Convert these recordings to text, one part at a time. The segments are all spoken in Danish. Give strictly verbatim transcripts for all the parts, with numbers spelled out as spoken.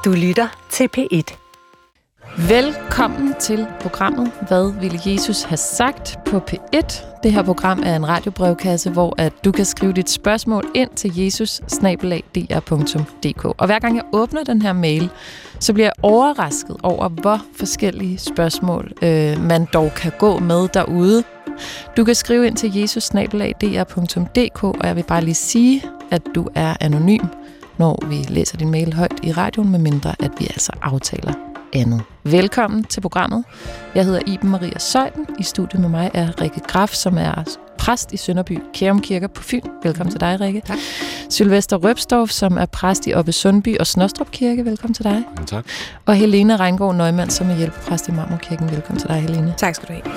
Du lytter til P et. Velkommen til programmet Hvad ville Jesus have sagt på P et. Det her program er en radiobrevkasse, hvor at du kan skrive dit spørgsmål ind til jesus bindestreg d r punktum d k. Og hver gang jeg åbner den her mail, så bliver jeg overrasket over, hvor forskellige spørgsmål øh, man dog kan gå med derude. Du kan skrive ind til jesus bindestreg d r punktum d k, og jeg vil bare lige sige, at du er anonym, når vi læser din mail højt i radioen, medmindre at vi altså aftaler andet. Velkommen til programmet. Jeg hedder Iben Maria Zeuthen. I studiet med mig er Rikke Graf, som er præst i Sønderby Kærum Kirke på Fyn. Velkommen til dig, Rikke. Tak. Sylvester Røbstorff, som er præst i Oppe Sundby og Snostrup Kirke. Velkommen til dig. Ja, tak. Og Helene Reingård Neumann, som er hjælpepræst i Marmorkirken. Velkommen til dig, Helene. Tak skal du have.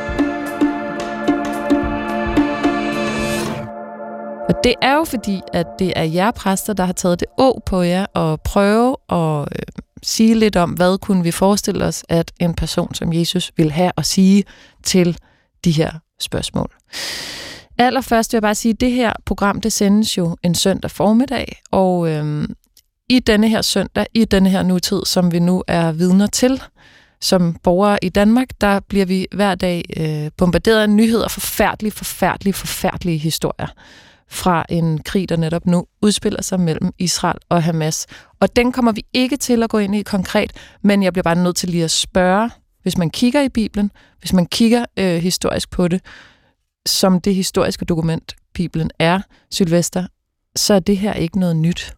Og det er jo fordi, at det er jer præster, der har taget det å på jer og prøve at øh, sige lidt om, hvad kunne vi forestille os, at en person som Jesus vil have at sige til de her spørgsmål. Allerførst vil jeg bare sige, at det her program, det sendes jo en søndag formiddag, og øh, i denne her søndag, i denne her nutid, som vi nu er vidner til, som borgere i Danmark, der bliver vi hver dag øh, bombarderet af nyheder, forfærdelige, forfærdelige, forfærdelige historier fra en krig, der netop nu udspiller sig mellem Israel og Hamas. Og den kommer vi ikke til at gå ind i konkret, men jeg bliver bare nødt til lige at spørge, hvis man kigger i Bibelen, hvis man kigger øh, historisk på det, som det historiske dokument, Bibelen er, Sylvester, så er det her ikke noget nyt.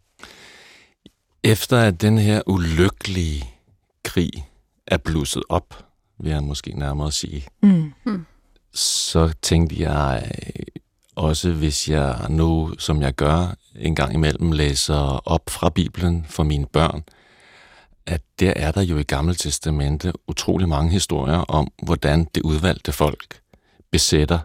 Efter at den her ulykkelige krig er blusset op, vil jeg måske nærmere sige, Mm. Mm. så tænkte jeg også, hvis jeg nu, som jeg gør, en gang imellem læser op fra Bibelen for mine børn, at der er der jo i Gamle Testamente utrolig mange historier om, hvordan det udvalgte folk besætter,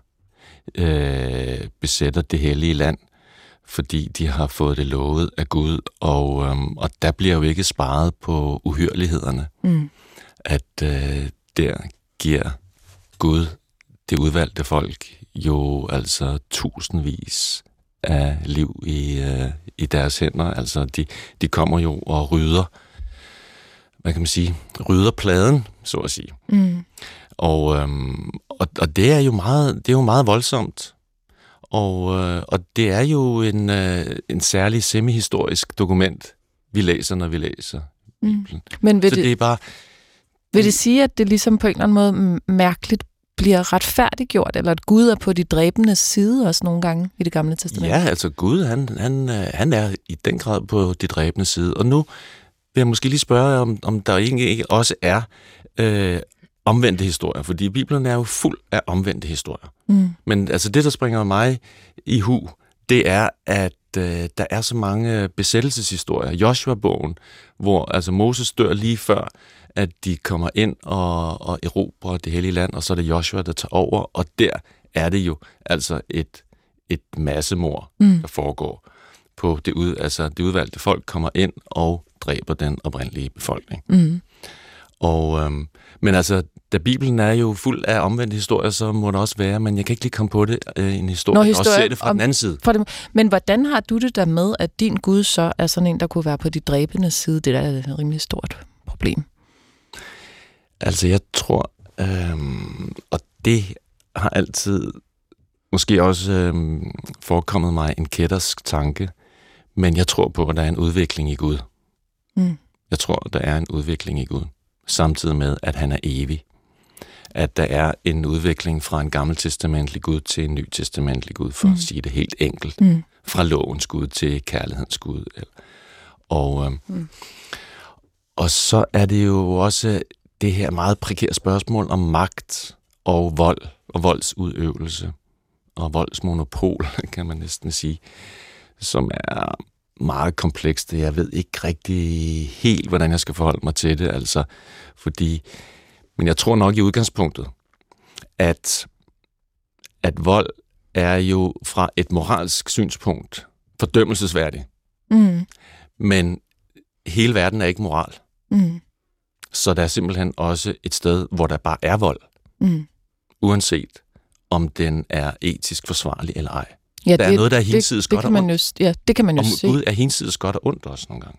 øh, besætter det hellige land, fordi de har fået det lovet af Gud, og, øhm, og der bliver jo ikke sparet på uhyrlighederne. Mm. At øh, der giver Gud det udvalgte folk jo altså tusindvis af liv i, øh, i deres hænder. Altså de, de kommer jo og rydder, hvad kan man sige, rydder pladen, så at sige. Mm. Og, øhm, og, og det er jo meget, det er jo meget voldsomt. Og, øh, og det er jo en, øh, en særlig semi-historisk dokument, vi læser, når vi læser Bibelen. Mm. Men vil så det, det er bare... vil det sige, at det ligesom på en eller anden måde mærkeligt bliver retfærdiggjort, eller at Gud er på de dræbendes side også nogle gange i det Gamle Testamente? Ja, altså Gud, han, han, han er i den grad på de dræbendes side. Og nu vil jeg måske lige spørge, om, om der egentlig ikke også er øh, omvendte historier, fordi Bibelen er jo fuld af omvendte historier. Mm. Men altså det, der springer mig i hu, det er, at øh, der er så mange besættelseshistorier. Joshua-bogen, hvor altså Moses dør lige før, at de kommer ind og, og erobrer det hellige land, og så er det Joshua, der tager over, og der er det jo altså et, et massemord, mm. der foregår på det, ud, altså det udvalgte folk kommer ind og dræber den oprindelige befolkning. Mm. Og, øhm, men altså, da Bibelen er jo fuld af omvendte historier, så må der også være, men jeg kan ikke lige komme på det, øh, en historie, Nå, historie også se det fra om, den anden side. For det, men hvordan har du det der med, at din Gud så er sådan en, der kunne være på de dræbendes side? Det der er et rimelig stort problem. Altså, jeg tror, øhm, og det har altid måske også øhm, forekommet mig en kættersk tanke, men jeg tror på, at der er en udvikling i Gud. Mm. Jeg tror, der er en udvikling i Gud, samtidig med, at han er evig. At der er en udvikling fra en gammeltestamentlig Gud til en nytestamentlig Gud, for mm. at sige det helt enkelt. Mm. Fra lovens Gud til kærlighedens Gud. Og, øhm, mm. og så er det jo også det her meget prekære spørgsmål om magt og vold og voldsudøvelse og voldsmonopol, kan man næsten sige, som er meget komplekst. Jeg ved ikke rigtig helt, hvordan jeg skal forholde mig til det, altså, fordi, men jeg tror nok i udgangspunktet, at, at vold er jo fra et moralsk synspunkt fordømmelsesværdig. Mm. Men hele verden er ikke moral. Mm. Så der er simpelthen også et sted, hvor der bare er vold. Mm. Uanset om den er etisk forsvarlig eller ej. Ja, der det, er noget, der er hinsides godt og ondt. Ja, det kan man jo se. Og Gud er hinsides godt og ondt også nogle gange.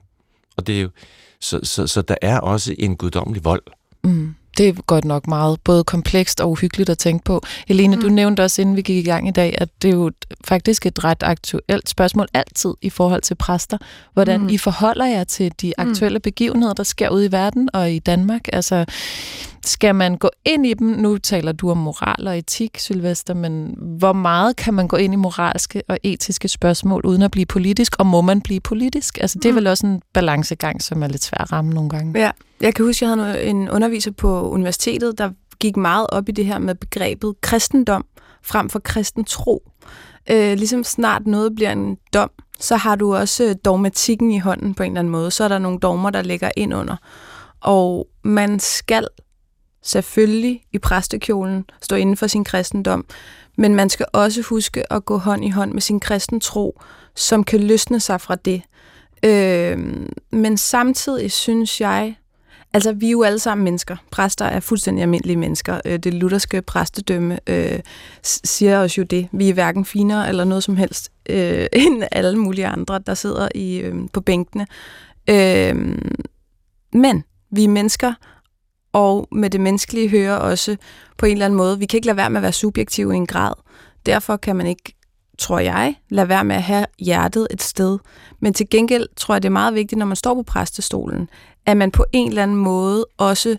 Og det er jo, så, så, så der er også en guddommelig vold. Mm. Det er godt nok meget både komplekst og uhyggeligt at tænke på. Helene, mm. du nævnte også, inden vi gik i gang i dag, at det er jo faktisk et ret aktuelt spørgsmål altid i forhold til præster. Hvordan mm. I forholder jer til de aktuelle mm. begivenheder, der sker ude i verden og i Danmark? Altså, skal man gå ind i dem? Nu taler du om moral og etik, Sylvester, men hvor meget kan man gå ind i moralske og etiske spørgsmål uden at blive politisk, og må man blive politisk? Altså, det er mm. vel også en balancegang, som er lidt svær at ramme nogle gange. Ja, jeg kan huske, jeg havde en underviser på universitetet, der gik meget op i det her med begrebet kristendom frem for kristen tro. Øh, ligesom snart noget bliver en dom, så har du også dogmatikken i hånden på en eller anden måde. Så er der nogle dogmer, der ligger ind under. Og man skal selvfølgelig i præstekjolen stå inden for sin kristendom, men man skal også huske at gå hånd i hånd med sin kristen tro, som kan løsne sig fra det. Øh, men samtidig synes jeg, altså vi er jo alle sammen mennesker. Præster er fuldstændig almindelige mennesker. Det lutherske præstedømme øh, siger os jo det. Vi er hverken finere eller noget som helst øh, end alle mulige andre, der sidder i, øh, på bænkene. Øh, men vi er mennesker, og med det menneskelige hører også på en eller anden måde. Vi kan ikke lade være med at være subjektive i en grad. Derfor kan man ikke, tror jeg, lade være med at have hjertet et sted. Men til gengæld tror jeg, det er meget vigtigt, når man står på præstestolen, at man på en eller anden måde også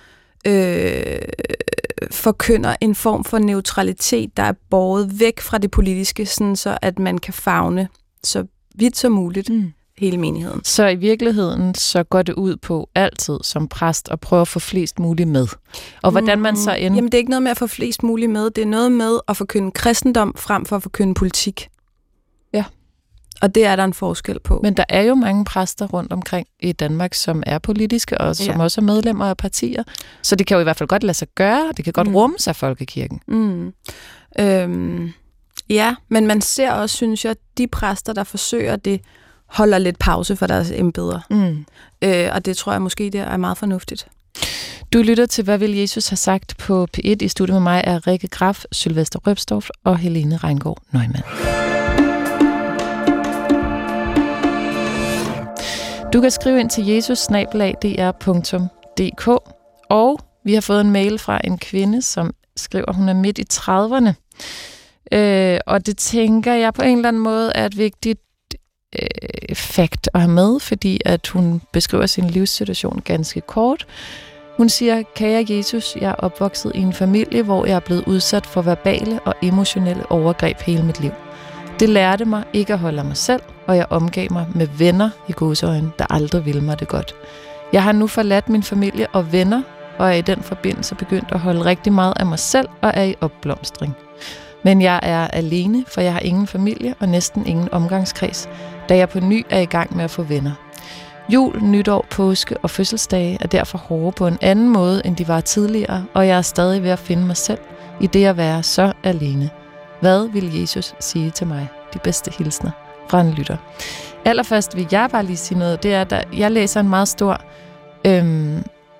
øh, forkynder en form for neutralitet, der er båret væk fra det politiske, sådan så at man kan favne så vidt som muligt mm. hele menigheden. Så i virkeligheden, så går det ud på altid som præst at prøve at få flest muligt med. Og hvordan man så ender... Jamen, det er ikke noget med at få flest muligt med. Det er noget med at forkynde kristendom frem for at forkynde politik. Ja. Og det er der en forskel på. Men der er jo mange præster rundt omkring i Danmark, som er politiske, og som ja. også er medlemmer af partier. Så det kan jo i hvert fald godt lade sig gøre. Det kan godt mm. rumme sig folkekirken. Mm. Øhm, ja, men man ser også, synes jeg, de præster, der forsøger det, holder lidt pause for deres embeder. Mm. Øh, og det tror jeg måske, det er meget fornuftigt. Du lytter til, hvad vil Jesus have sagt på P et. I studiet med mig er Rikke Graf, Sylvester Røbstorff og Helene Reingård Neumann. Du kan skrive ind til jesus snabel-a d r punktum d k, og vi har fået en mail fra en kvinde, som skriver, at hun er midt i trediverne. Øh, og det tænker jeg på en eller anden måde er et vigtigt øh, fakt at have med, fordi at hun beskriver sin livssituation ganske kort. Hun siger, kære Jesus, jeg er opvokset i en familie, hvor jeg er blevet udsat for verbale og emotionelle overgreb hele mit liv. Det lærte mig ikke at holde af mig selv, og jeg omgav mig med venner i gåseøjne, der aldrig ville mig det godt. Jeg har nu forladt min familie og venner, og er i den forbindelse begyndt at holde rigtig meget af mig selv og er i opblomstring. Men jeg er alene, for jeg har ingen familie og næsten ingen omgangskreds, da jeg på ny er i gang med at få venner. Jul, nytår, påske og fødselsdage er derfor hårde på en anden måde, end de var tidligere, og jeg er stadig ved at finde mig selv i det at være så alene. Hvad vil Jesus sige til mig? De bedste hilsner fra en lytter. Allerførst vil jeg bare lige sige noget. Det er, at jeg læser en meget stor, øhm,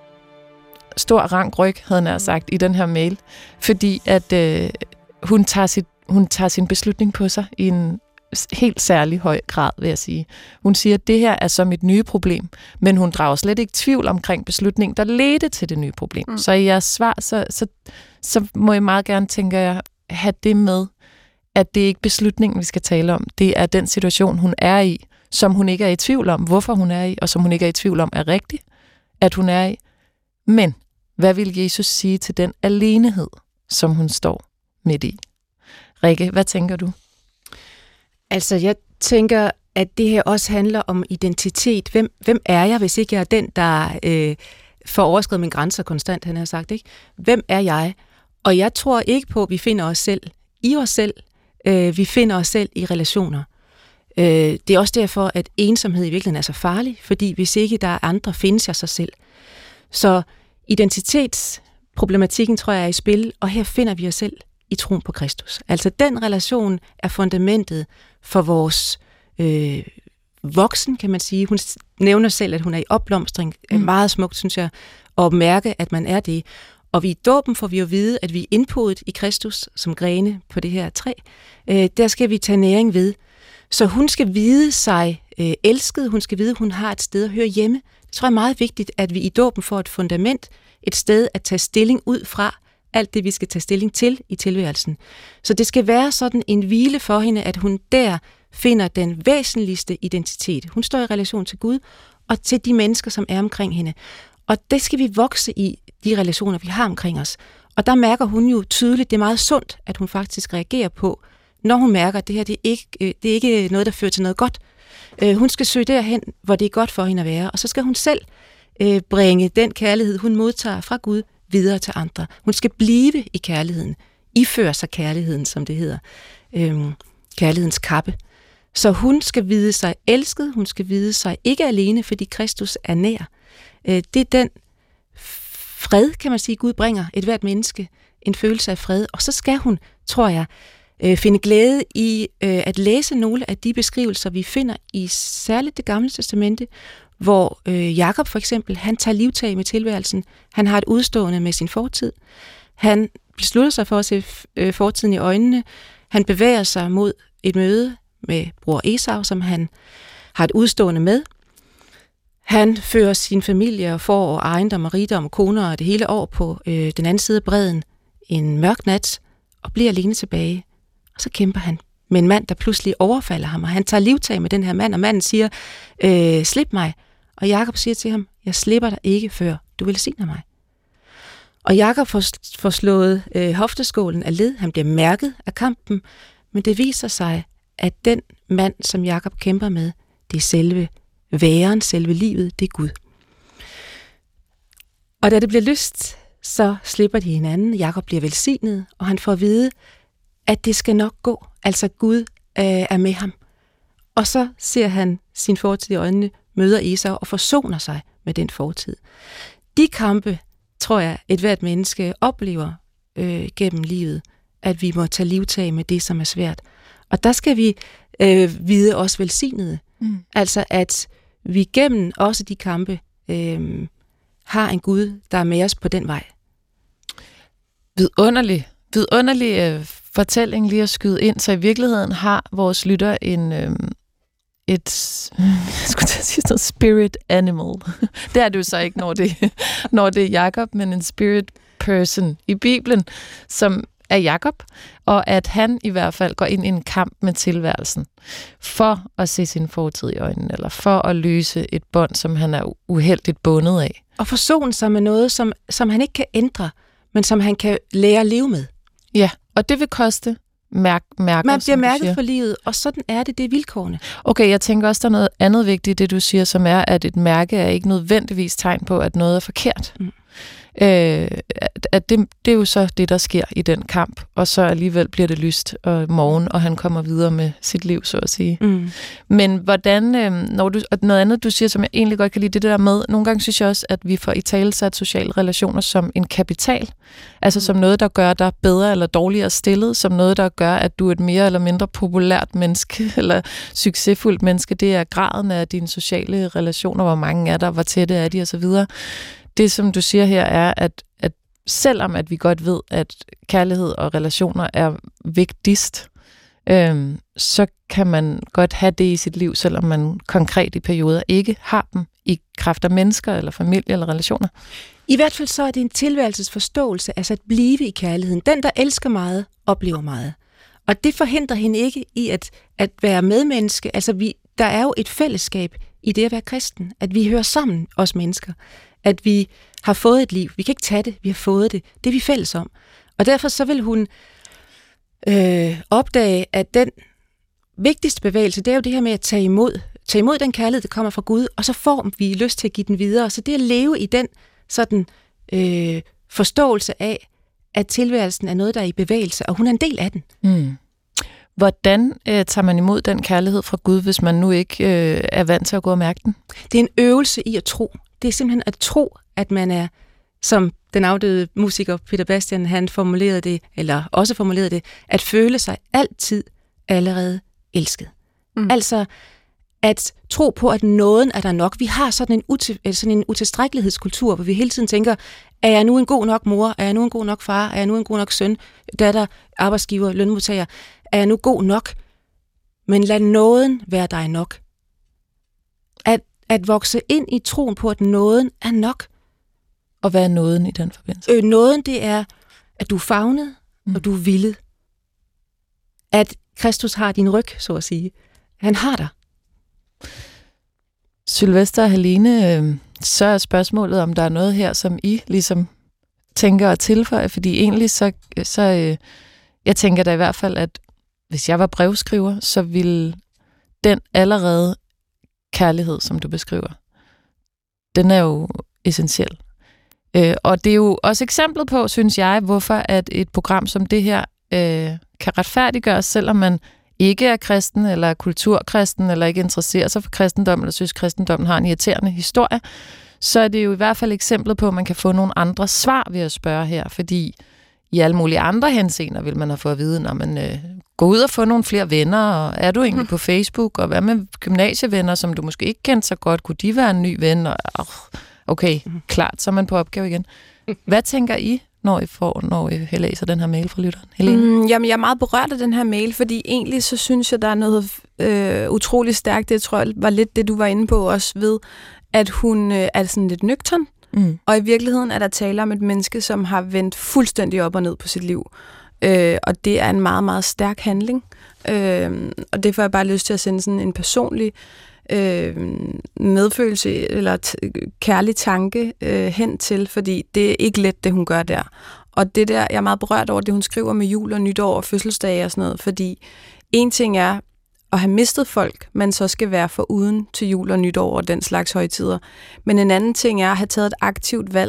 stor rank ryg, havde jeg sagt, i den her mail. Fordi at øh, hun, tager sit, hun tager sin beslutning på sig i en helt særlig høj grad, vil jeg sige. Hun siger, at det her er så mit nye problem, men hun drager slet ikke tvivl omkring beslutningen, der ledte til det nye problem. Mm. Så i jeres svar, så, så, så må jeg meget gerne, tænker jeg, have det med, at det ikke er beslutningen, vi skal tale om. Det er den situation, hun er i, som hun ikke er i tvivl om, hvorfor hun er i, og som hun ikke er i tvivl om, er rigtigt, at hun er i. Men hvad vil Jesus sige til den alenehed, som hun står midt i? Rikke, hvad tænker du? Altså, jeg tænker, at det her også handler om identitet. Hvem, hvem er jeg, hvis ikke jeg er den, der øh, får overskredet mine grænser konstant, han har sagt, ikke? Hvem er jeg? Og jeg tror ikke på, at vi finder os selv i os selv. Øh, vi finder os selv i relationer. Øh, det er også derfor, at ensomhed i virkeligheden er så farlig, fordi hvis ikke der er andre, findes jeg sig selv. Så identitetsproblematikken, tror jeg, er i spil, og her finder vi os selv i troen på Kristus. Altså den relation er fundamentet for vores øh, voksen, kan man sige. Hun nævner selv, at hun er i opblomstring. Mm. Meget smukt, synes jeg, at mærke, at man er det. Og vi i dåben får vi jo vide, at vi er indpodet i Kristus som grene på det her træ. Øh, der skal vi tage næring ved. Så hun skal vide sig øh, elsket, hun skal vide, at hun har et sted at høre hjemme. Det tror jeg er meget vigtigt, at vi i dåben får et fundament, et sted at tage stilling ud fra, alt det, vi skal tage stilling til i tilværelsen. Så det skal være sådan en hvile for hende, at hun der finder den væsentligste identitet. Hun står i relation til Gud og til de mennesker, som er omkring hende. Og det skal vi vokse i, de relationer, vi har omkring os. Og der mærker hun jo tydeligt, det er meget sundt, at hun faktisk reagerer på, når hun mærker, at det her det er, ikke, det er ikke noget, der fører til noget godt. Hun skal søge derhen, hvor det er godt for hende at være, og så skal hun selv bringe den kærlighed, hun modtager fra Gud, videre til andre. Hun skal blive i kærligheden, iføre sig kærligheden, som det hedder, øhm, kærlighedens kappe. Så hun skal vide sig elsket, hun skal vide sig ikke alene, fordi Kristus er nær. Øh, det er den fred, kan man sige, Gud bringer et hvert menneske, en følelse af fred, og så skal hun, tror jeg, øh, finde glæde i øh, at læse nogle af de beskrivelser, vi finder i særligt Det Gamle Testamente, hvor øh, Jakob for eksempel, han tager livtag med tilværelsen, han har et udstående med sin fortid, han beslutter sig for at se øh, fortiden i øjnene, han bevæger sig mod et møde med bror Esau, som han har et udstående med. Han fører sin familie og får og ejendom og rigdom og koner og det hele år på øh, den anden side af bredden en mørk nat og bliver alene tilbage. Og så kæmper han med en mand, der pludselig overfalder ham, og han tager livtag med den her mand, og manden siger, øh, slip mig. Og Jakob siger til ham, jeg slipper dig ikke, før du velsigner mig. Og Jakob får, får slået øh, hofteskålen af led, han bliver mærket af kampen, men det viser sig, at den mand, som Jakob kæmper med, det er selve væren, selve livet, det er Gud. Og da det bliver lyst, så slipper de hinanden. Jakob bliver velsignet, og han får at vide, at det skal nok gå. Altså Gud øh, er med ham. Og så ser han sin fortid i øjnene, møder Esau og forsoner sig med den fortid. De kampe, tror jeg, et hvert menneske oplever øh, gennem livet, at vi må tage livtag med det, som er svært. Og der skal vi øh, vide os velsignede. Mm. Altså at vi gennem også de kampe øh, har en Gud, der er med os på den vej. Vidunderlig, vidunderlig øh, fortælling lige at skyde ind, så i virkeligheden har vores lytter en øh, et jeg skulle til at sige sådan spirit animal. Det er det jo så ikke, når det, når det er Jakob, men en spirit person i Bibelen, som er Jakob, og at han i hvert fald går ind i en kamp med tilværelsen for at se sin fortid i øjnene, eller for at løse et bånd, som han er uheldigt bundet af. Og forsone sig med noget, som, som han ikke kan ændre, men som han kan lære at leve med. Ja, og det vil koste mærk, mærker, man bliver mærket for livet, og sådan er det, det er vilkårene. Okay, jeg tænker også, der er noget andet vigtigt, det du siger, som er, at et mærke er ikke nødvendigvis tegn på, at noget er forkert. Mm. Øh, at, at det, det er jo så det, der sker i den kamp, og så alligevel bliver det lyst og morgen, og han kommer videre med sit liv, så at sige. Mm. Men hvordan, øh, når du, og noget andet, du siger, som jeg egentlig godt kan lide, det der med, nogle gange synes jeg også, at vi får italesat sociale relationer som en kapital, altså mm. som noget, der gør dig bedre eller dårligere stillet, som noget, der gør, at du er et mere eller mindre populært menneske, eller succesfuldt menneske, det er graden af dine sociale relationer, hvor mange er der, hvor tætte er de, og så videre. Det, som du siger her, er, at, at selvom at vi godt ved, at kærlighed og relationer er vigtigst, øhm, så kan man godt have det i sit liv, selvom man konkret i perioder ikke har dem i kraft af mennesker, eller familie, eller relationer. I hvert fald så er det en tilværelsesforståelse, altså at blive i kærligheden. Den, der elsker meget, oplever meget. Og det forhindrer hende ikke i at, at være medmenneske. Altså, vi, der er jo et fællesskab i det at være kristen, at vi hører sammen, os mennesker. At vi har fået et liv. Vi kan ikke tage det, vi har fået det. Det er vi fælles om. Og derfor så vil hun øh, opdage, at den vigtigste bevægelse, det er jo det her med at tage imod. Tage imod den kærlighed, der kommer fra Gud, og så får vi lyst til at give den videre. Så det at leve i den sådan øh, forståelse af, at tilværelsen er noget, der er i bevægelse, og hun er en del af den. Mm. Hvordan øh, tager man imod den kærlighed fra Gud, hvis man nu ikke øh, er vant til at gå og mærke den? Det er en øvelse i at tro. Det er simpelthen at tro, at man er, som den afdøde musiker Peter Bastian, han formulerede det, eller også formulerede det, at føle sig altid allerede elsket. Mm. Altså at tro på, at nåden er der nok. Vi har sådan en, ute, sådan en utilstrækkelighedskultur, hvor vi hele tiden tænker, er jeg nu en god nok mor? Er jeg nu en god nok far? Er jeg nu en god nok søn, datter, arbejdsgiver, lønmodtager? Er jeg nu god nok? men lad nåden være dig nok. At, at vokse ind i troen på, at nåden er nok. Og hvad er nåden i den forbindelse? Øh, nåden, det er, at du er favnet, mm. og du er villet. At Kristus har din ryg, så at sige. Han har dig. Sylvester og Helene, så er spørgsmålet, om der er noget her, som I ligesom tænker at tilføje, fordi egentlig så, så øh, jeg tænker da i hvert fald, at hvis jeg var brevskriver, så ville den allerede kærlighed, som du beskriver, den er jo essentiel. Øh, og det er jo også eksemplet på, synes jeg, hvorfor at et program som det her øh, kan retfærdiggøres, selvom man ikke er kristen, eller er kulturkristen, eller ikke interesserer sig for kristendom, eller synes, kristendommen har en irriterende historie, så er det jo i hvert fald eksemplet på, at man kan få nogle andre svar ved at spørge her, fordi i alle mulige andre henseender vil man have fået at vide, når man øh, går ud og får nogle flere venner, og er du egentlig på Facebook, og hvad med gymnasievenner, som du måske ikke kendte så godt, kunne de være en ny ven? Og, oh, okay, klart, så er man på opgave igen. Hvad tænker I, når I får, når I læser den her mail fra lytteren? Helene? Mm, jamen, jeg er meget berørt af den her mail, fordi egentlig så synes jeg, der er noget øh, utroligt stærkt. Det tror jeg var lidt det, du var inde på også ved, at hun øh, er sådan lidt nøgtern. Mm. Og i virkeligheden er der tale om et menneske, som har vendt fuldstændig op og ned på sit liv. Øh, og det er en meget, meget stærk handling. Øh, og det får jeg bare lyst til at sende sådan en personlig øh, medfølelse eller t- kærlig tanke øh, hen til, fordi det er ikke let, det hun gør der. Og det der, jeg er meget berørt over det, hun skriver med jul og nytår og fødselsdage og sådan noget, fordi en ting er at have mistet folk, man så skal være foruden til jul og nytår og den slags højtider. Men en anden ting er at have taget et aktivt valg.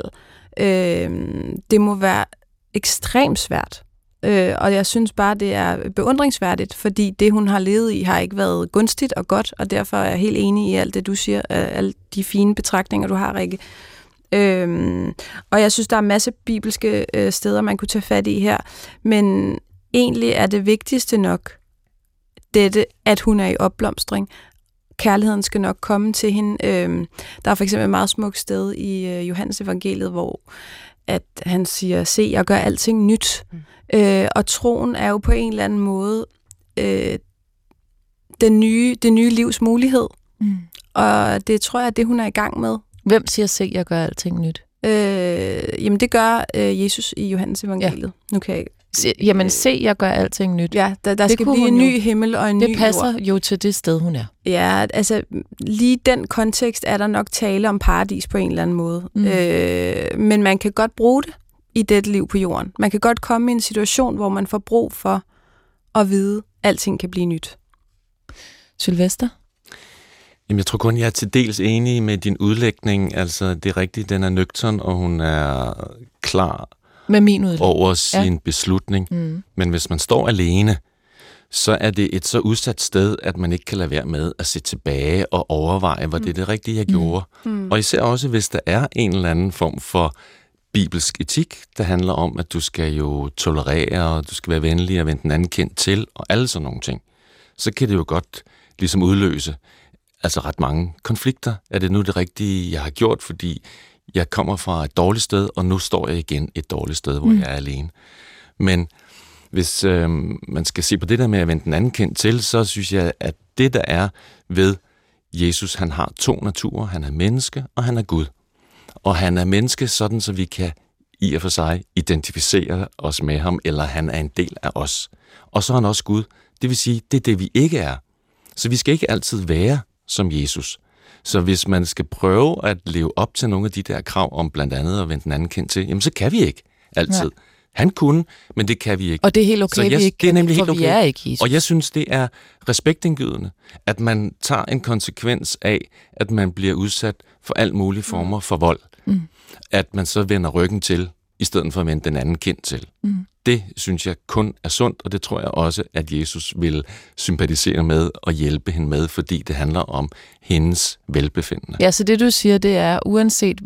Øh, det må være ekstremt svært. Øh, og jeg synes bare, det er beundringsværdigt, fordi det, hun har levet i, har ikke været gunstigt og godt, og derfor er jeg helt enig i alt det, du siger, alle de fine betragtninger, du har, Rikke. Øh, og jeg synes, der er en masse bibelske øh, steder, man kunne tage fat i her, men egentlig er det vigtigste nok, dette, at hun er i opblomstring. Kærligheden skal nok komme til hende. Øh, der er for eksempel et meget smukt sted i øh, Johannes evangeliet, hvor at han siger, se, jeg gør alting nyt. Mm. Øh, og troen er jo på en eller anden måde øh, den nye, det nye livs mulighed. Mm. Og det tror jeg, det hun er i gang med. Hvem siger, se, jeg gør alting nyt? Øh, jamen, det gør øh, Jesus i Johannes evangeliet. Ja. Nu kan jeg Se, jamen se, jeg gør alting nyt. Ja, der, der skal blive en ny jo. himmel og en det ny jord. Det passer jo til det sted, hun er. Ja, altså lige den kontekst er der nok tale om paradis på en eller anden måde. Mm. Øh, men man kan godt bruge det i dette liv på jorden. Man kan godt komme i en situation, hvor man får brug for at vide, at alting kan blive nyt. Sylvester? Jamen, jeg tror kun, jeg er til dels enig med din udlægning. Altså, det er rigtigt, den er nøgtern, og hun er klar med min udlægning over sin ja. beslutning. Mm. Men hvis man står alene, så er det et så udsat sted, at man ikke kan lade være med at se tilbage og overveje, hvor mm. det er det rigtige, jeg mm. gjorde. Mm. Og især også, hvis der er en eller anden form for bibelsk etik, der handler om, at du skal jo tolerere, og du skal være venlig og vende den anden kendt til, og alle sådan nogle ting, så kan det jo godt ligesom udløse altså ret mange konflikter. Er det nu det rigtige, jeg har gjort, fordi jeg kommer fra et dårligt sted, og nu står jeg igen et dårligt sted, hvor mm. jeg er alene. Men hvis øh, man skal se på det der med at vende den anden kendt til, så synes jeg, at det der er ved Jesus, han har to naturer. Han er menneske, og han er Gud. Og han er menneske sådan, så vi kan i og for sig identificere os med ham, eller han er en del af os. Og så er han også Gud. Det vil sige, det er det, vi ikke er. Så vi skal ikke altid være som Jesus. Så hvis man skal prøve at leve op til nogle af de der krav om blandt andet at vende den anden kendt til, jamen så kan vi ikke altid. Ja. Han kunne, men det kan vi ikke. Og det er helt okay, jeg, vi ikke det er nemlig kan, helt okay. Vi er ikke Jesus. Og jeg synes, det er respektindgydende, at man tager en konsekvens af, at man bliver udsat for alt mulige former for vold. Mm. At man så vender ryggen til, i stedet for at vende den anden kendt til. Mm. Det synes jeg kun er sundt, og det tror jeg også, at Jesus vil sympatisere med og hjælpe hende med, fordi det handler om hendes velbefindende. Ja, så det du siger, det er, uanset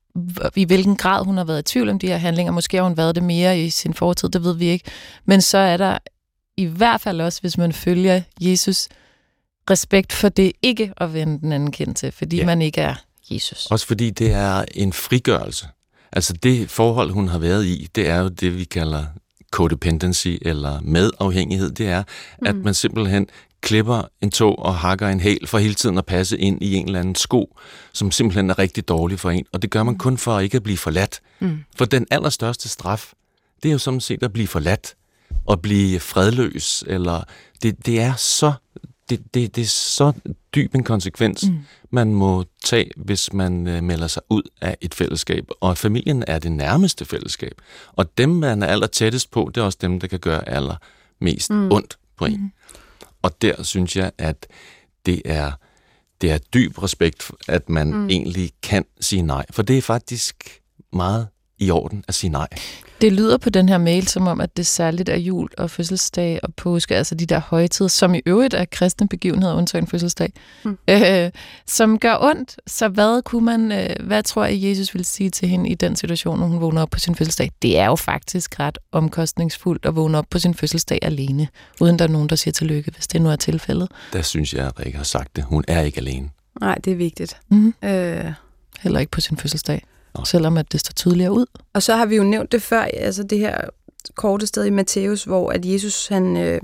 i hvilken grad hun har været i tvivl om de her handlinger, måske har hun været det mere i sin fortid, det ved vi ikke, men så er der i hvert fald også, hvis man følger Jesus, respekt for det ikke at vende den anden kendt til, fordi ja. man ikke er Jesus. Også fordi det er en frigørelse. Altså det forhold, hun har været i, det er jo det, vi kalder codependency eller medafhængighed, det er, mm. at man simpelthen klipper en tog og hakker en hæl for hele tiden at passe ind i en eller anden sko, som simpelthen er rigtig dårlig for en. Og det gør man kun for ikke at blive forladt. Mm. For den allerstørste straf, det er jo sådan set at blive forladt og blive fredløs. Eller det, det er så det, det, det er så dyb en konsekvens, mm. man må tage, hvis man øh, melder sig ud af et fællesskab. Og familien er det nærmeste fællesskab. Og dem, man er aller tættest på, det er også dem, der kan gøre allermest mm. ondt på en. Mm. Og der synes jeg, at det er, det er dyb respekt, at man mm. egentlig kan sige nej. For det er faktisk meget i orden at sige nej. Det lyder på den her mail, som om, at det særligt er jul og fødselsdag og påske, altså de der højtider, som i øvrigt er kristne begivenheder, undtagen fødselsdag, mm. øh, som gør ondt. Så hvad kunne man, øh, hvad tror jeg, Jesus ville sige til hende i den situation, når hun vågner op på sin fødselsdag? Det er jo faktisk ret omkostningsfuldt at vågne op på sin fødselsdag alene, uden der er nogen, der siger tillykke, hvis det nu er tilfældet. Der synes jeg, at Rikke har sagt det. Hun er ikke alene. Nej, det er vigtigt. Mm-hmm. Øh... Heller ikke på sin fødselsdag. Selvom at det står tydeligere ud. Og så har vi jo nævnt det før, altså det her korte sted i Matthæus, hvor at Jesus han øh,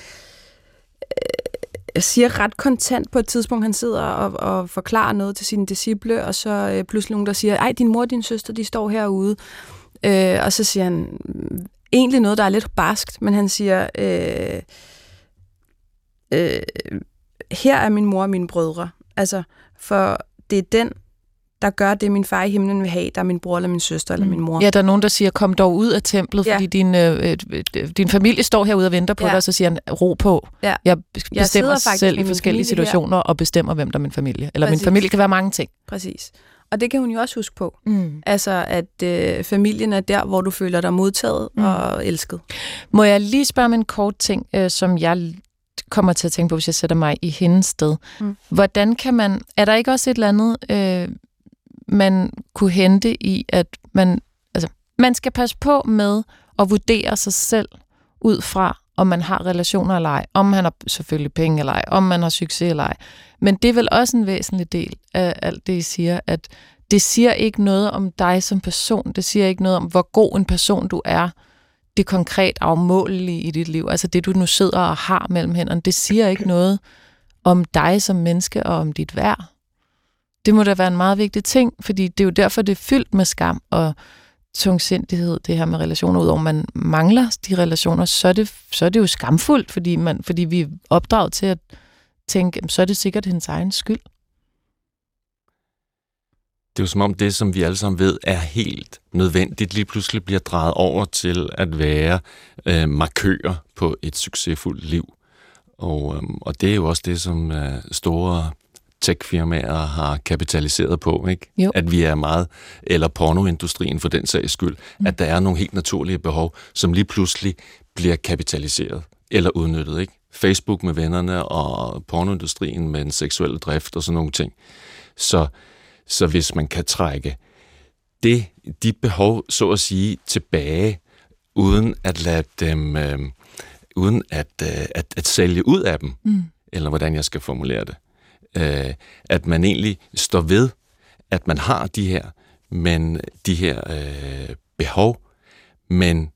øh, siger ret kontant på et tidspunkt, han sidder og, og forklarer noget til sine disciple, og så øh, pludselig nogen, der siger, ej, din mor og din søster, de står herude. Øh, og så siger han egentlig noget, der er lidt barskt, men han siger, øh, øh, her er min mor og mine brødre. Altså, for det er den, der gør det, min far i himlen vil have, der er min bror eller min søster eller min mor. Ja, der er nogen, der siger, kom dog ud af templet, ja. fordi din, øh, din familie står herude og venter på ja. dig, og så siger han, ro på. Ja. Jeg bestemmer jeg selv i forskellige situationer, her. og bestemmer, hvem der er min familie. Eller Præcis. Min familie kan være mange ting. Præcis. Og det kan hun jo også huske på. Mm. Altså, at øh, familien er der, hvor du føler dig modtaget mm. og elsket. Må jeg lige spørge om en kort ting, øh, som jeg kommer til at tænke på, hvis jeg sætter mig i hendes sted. Mm. Hvordan kan man, er der ikke også et eller andet... Øh, man kunne hente i, at man, altså, man skal passe på med at vurdere sig selv ud fra, om man har relationer eller ej, om man har selvfølgelig penge eller ej, om man har succes eller ej. Men det er vel også en væsentlig del af alt det, I siger, at det siger ikke noget om dig som person. Det siger ikke noget om, hvor god en person du er. Det konkret afmålelige i dit liv, altså det, du nu sidder og har mellem hænderne, det siger ikke noget om dig som menneske og om dit værd. Det må da være en meget vigtig ting, fordi det er jo derfor, det er fyldt med skam og tungsindighed, det her med relationer. Udover man mangler de relationer, så er det, så er det jo skamfuldt, fordi, man, fordi vi er opdraget til at tænke, så er det sikkert hendes egen skyld. Det er jo som om det, som vi alle sammen ved, er helt nødvendigt, lige pludselig bliver drejet over til at være øh, markører på et succesfuldt liv. Og, øh, og det er jo også det, som øh, store tech-firmaer har kapitaliseret på, ikke? Jo. At vi er meget, eller pornoindustrien for den sags skyld, mm. at der er nogle helt naturlige behov, som lige pludselig bliver kapitaliseret eller udnyttet, ikke? Facebook med vennerne og pornoindustrien med en seksuel drift og sådan nogle ting. Så, så hvis man kan trække det, de behov, så at sige, tilbage, uden at lade dem, øh, uden at, øh, at, at sælge ud af dem, mm. eller hvordan jeg skal formulere det, øh, at man egentlig står ved, at man har de her, men de her øh, behov, men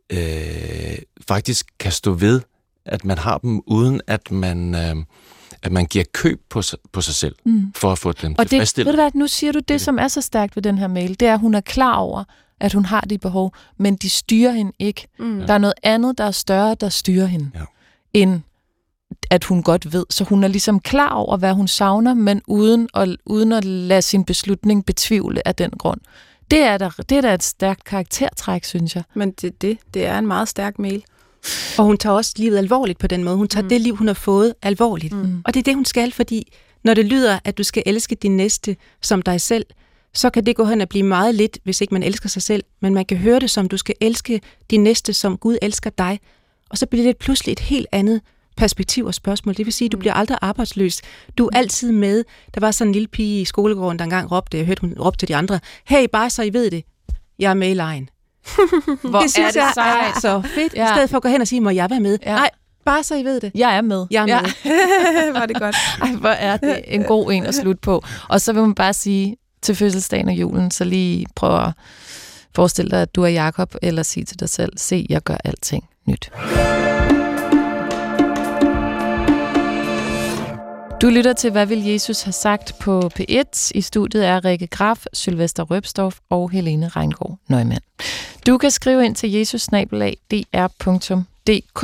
øh, faktisk kan stå ved, at man har dem, uden at man, øh, at man giver køb på, på sig selv, mm. for at få dem og tilfredsstillet. Og det, ved du hvad, nu siger du det, som er så stærkt ved den her mail, det er, at hun er klar over, at hun har de behov, men de styrer hende ikke. Mm. Der er noget andet, der er større, der styrer hende, ja. end at hun godt ved. Så hun er ligesom klar over, hvad hun savner, men uden at, uden at lade sin beslutning betvivle af den grund. Det er da, det er da et stærkt karaktertræk, synes jeg. Men det, det, det er en meget stærk mail. Og hun tager også livet alvorligt på den måde. Hun tager mm. det liv, hun har fået, alvorligt. Mm. Og det er det, hun skal, fordi når det lyder, at du skal elske din næste som dig selv, så kan det gå hen og blive meget lidt, hvis ikke man elsker sig selv. Men man kan høre det som, du skal elske din næste, som Gud elsker dig. Og så bliver det pludselig et helt andet perspektiv og spørgsmål. Det vil sige, at du bliver aldrig arbejdsløs. Du er altid med. Der var sådan en lille pige i skolegården, der engang råbte, jeg hørte hun råbte til de andre, hey, bare så I ved det, jeg er med i lejen. Hvor det synes er det jeg sejt. er så fedt. Ja. I stedet for at gå hen og sige, må jeg være med? Ja. Nej, bare så I ved det. Jeg er med. Jeg er ja. med. Var det godt. Ej, hvor er det en god en at slutte på. Og så vil man bare sige til fødselsdagen og julen, så lige prøv at Forestil dig, at du er Jakob, eller sig til dig selv, se, jeg gør alting nyt. Du lytter til, hvad vil Jesus have sagt på P et. I studiet er Rikke Graf, Sylvester Røbstorff og Helene Reingård Neumann. Du kan skrive ind til jesus snabel-a d r punktum d k.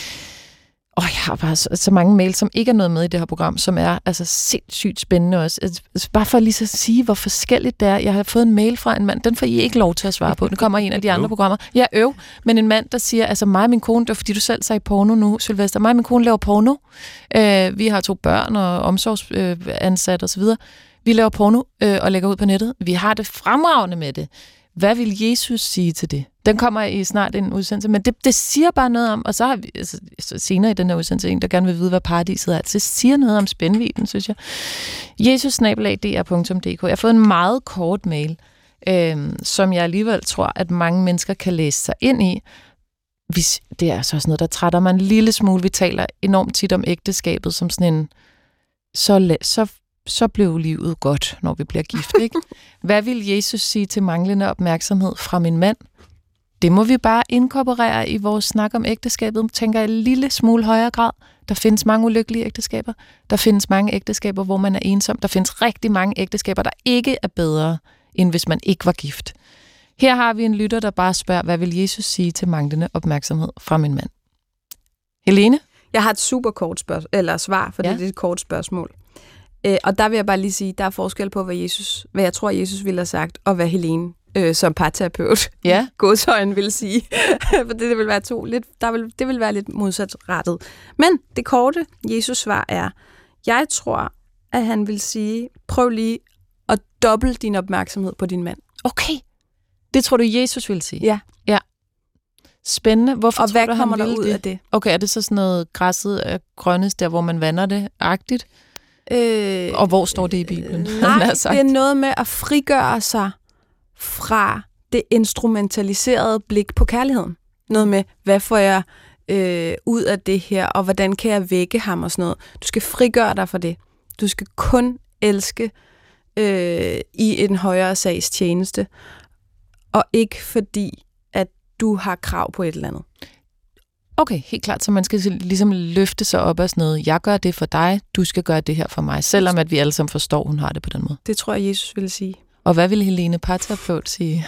Og jeg har bare så, så mange mails, som ikke er noget med i det her program, som er altså sindssygt spændende også. Altså, bare for lige så at sige, hvor forskelligt det er. Jeg har fået en mail fra en mand, den får I ikke lov til at svare på. Den kommer i en af de andre programmer. Ja, øv. Men en mand, der siger, altså mig og min kone, det var fordi du selv sagde porno nu, Sylvester. Mig og min kone laver porno. Øh, vi har to børn og omsorgsansat og så videre. Vi laver porno øh, og lægger ud på nettet. Vi har det fremragende med det. Hvad vil Jesus sige til det? Den kommer i snart en udsendelse, men det, det siger bare noget om, og så har vi altså, senere i den her udsendelse en, der gerne vil vide, hvad paradiset er. Det siger noget om spændvidden, synes jeg. jesus snabel-a d r punktum d k. Jeg har fået en meget kort mail, øh, som jeg alligevel tror, at mange mennesker kan læse sig ind i. Hvis, det er så også noget, der trætter mig en lille smule. Vi taler enormt tit om ægteskabet som sådan en så, så så blev livet godt, når vi bliver gift, ikke? Hvad vil Jesus sige til manglende opmærksomhed fra min mand? Det må vi bare inkorporere i vores snak om ægteskabet, tænker jeg en lille smule højere grad. Der findes mange ulykkelige ægteskaber. Der findes mange ægteskaber, hvor man er ensom. Der findes rigtig mange ægteskaber, der ikke er bedre, end hvis man ikke var gift. Her har vi en lytter, der bare spørger, hvad vil Jesus sige til manglende opmærksomhed fra min mand? Helene? Jeg har et super kort spørgsmål, eller svar, for ja. Det er et kort spørgsmål. Øh, og der vil jeg bare lige sige, der er forskel på, hvad, Jesus, hvad jeg tror, Jesus ville have sagt, og hvad Helene øh, som parterapeut ja. godsøjen vil sige. For det, det vil være to lidt, der vil, det vil være lidt modsatrettet. Men det korte Jesus svar er, jeg tror, at han vil sige, prøv lige at doble din opmærksomhed på din mand. Okay. Det tror du, Jesus vil sige? Ja. Ja. Spændende. Hvorfor og tror hvad du, kommer han der ud det? af det? Okay, er det så sådan noget græsset af grønnes, der hvor man vander det, agtigt? Øh, og hvor står det i Bibelen? Nej, det er noget med at frigøre sig fra det instrumentaliserede blik på kærligheden. Noget med, hvad får jeg øh, ud af det her, og hvordan kan jeg vække ham og sådan noget. Du skal frigøre dig fra det. Du skal kun elske øh, i en højere sags tjeneste, og ikke fordi, at du har krav på et eller andet. Okay, helt klart. Så man skal ligesom løfte sig op af sådan noget. Jeg gør det for dig, du skal gøre det her for mig. Selvom at vi alle sammen forstår, hun har det på den måde. Det tror jeg, Jesus ville sige. Og hvad ville Helene parterapeut sige?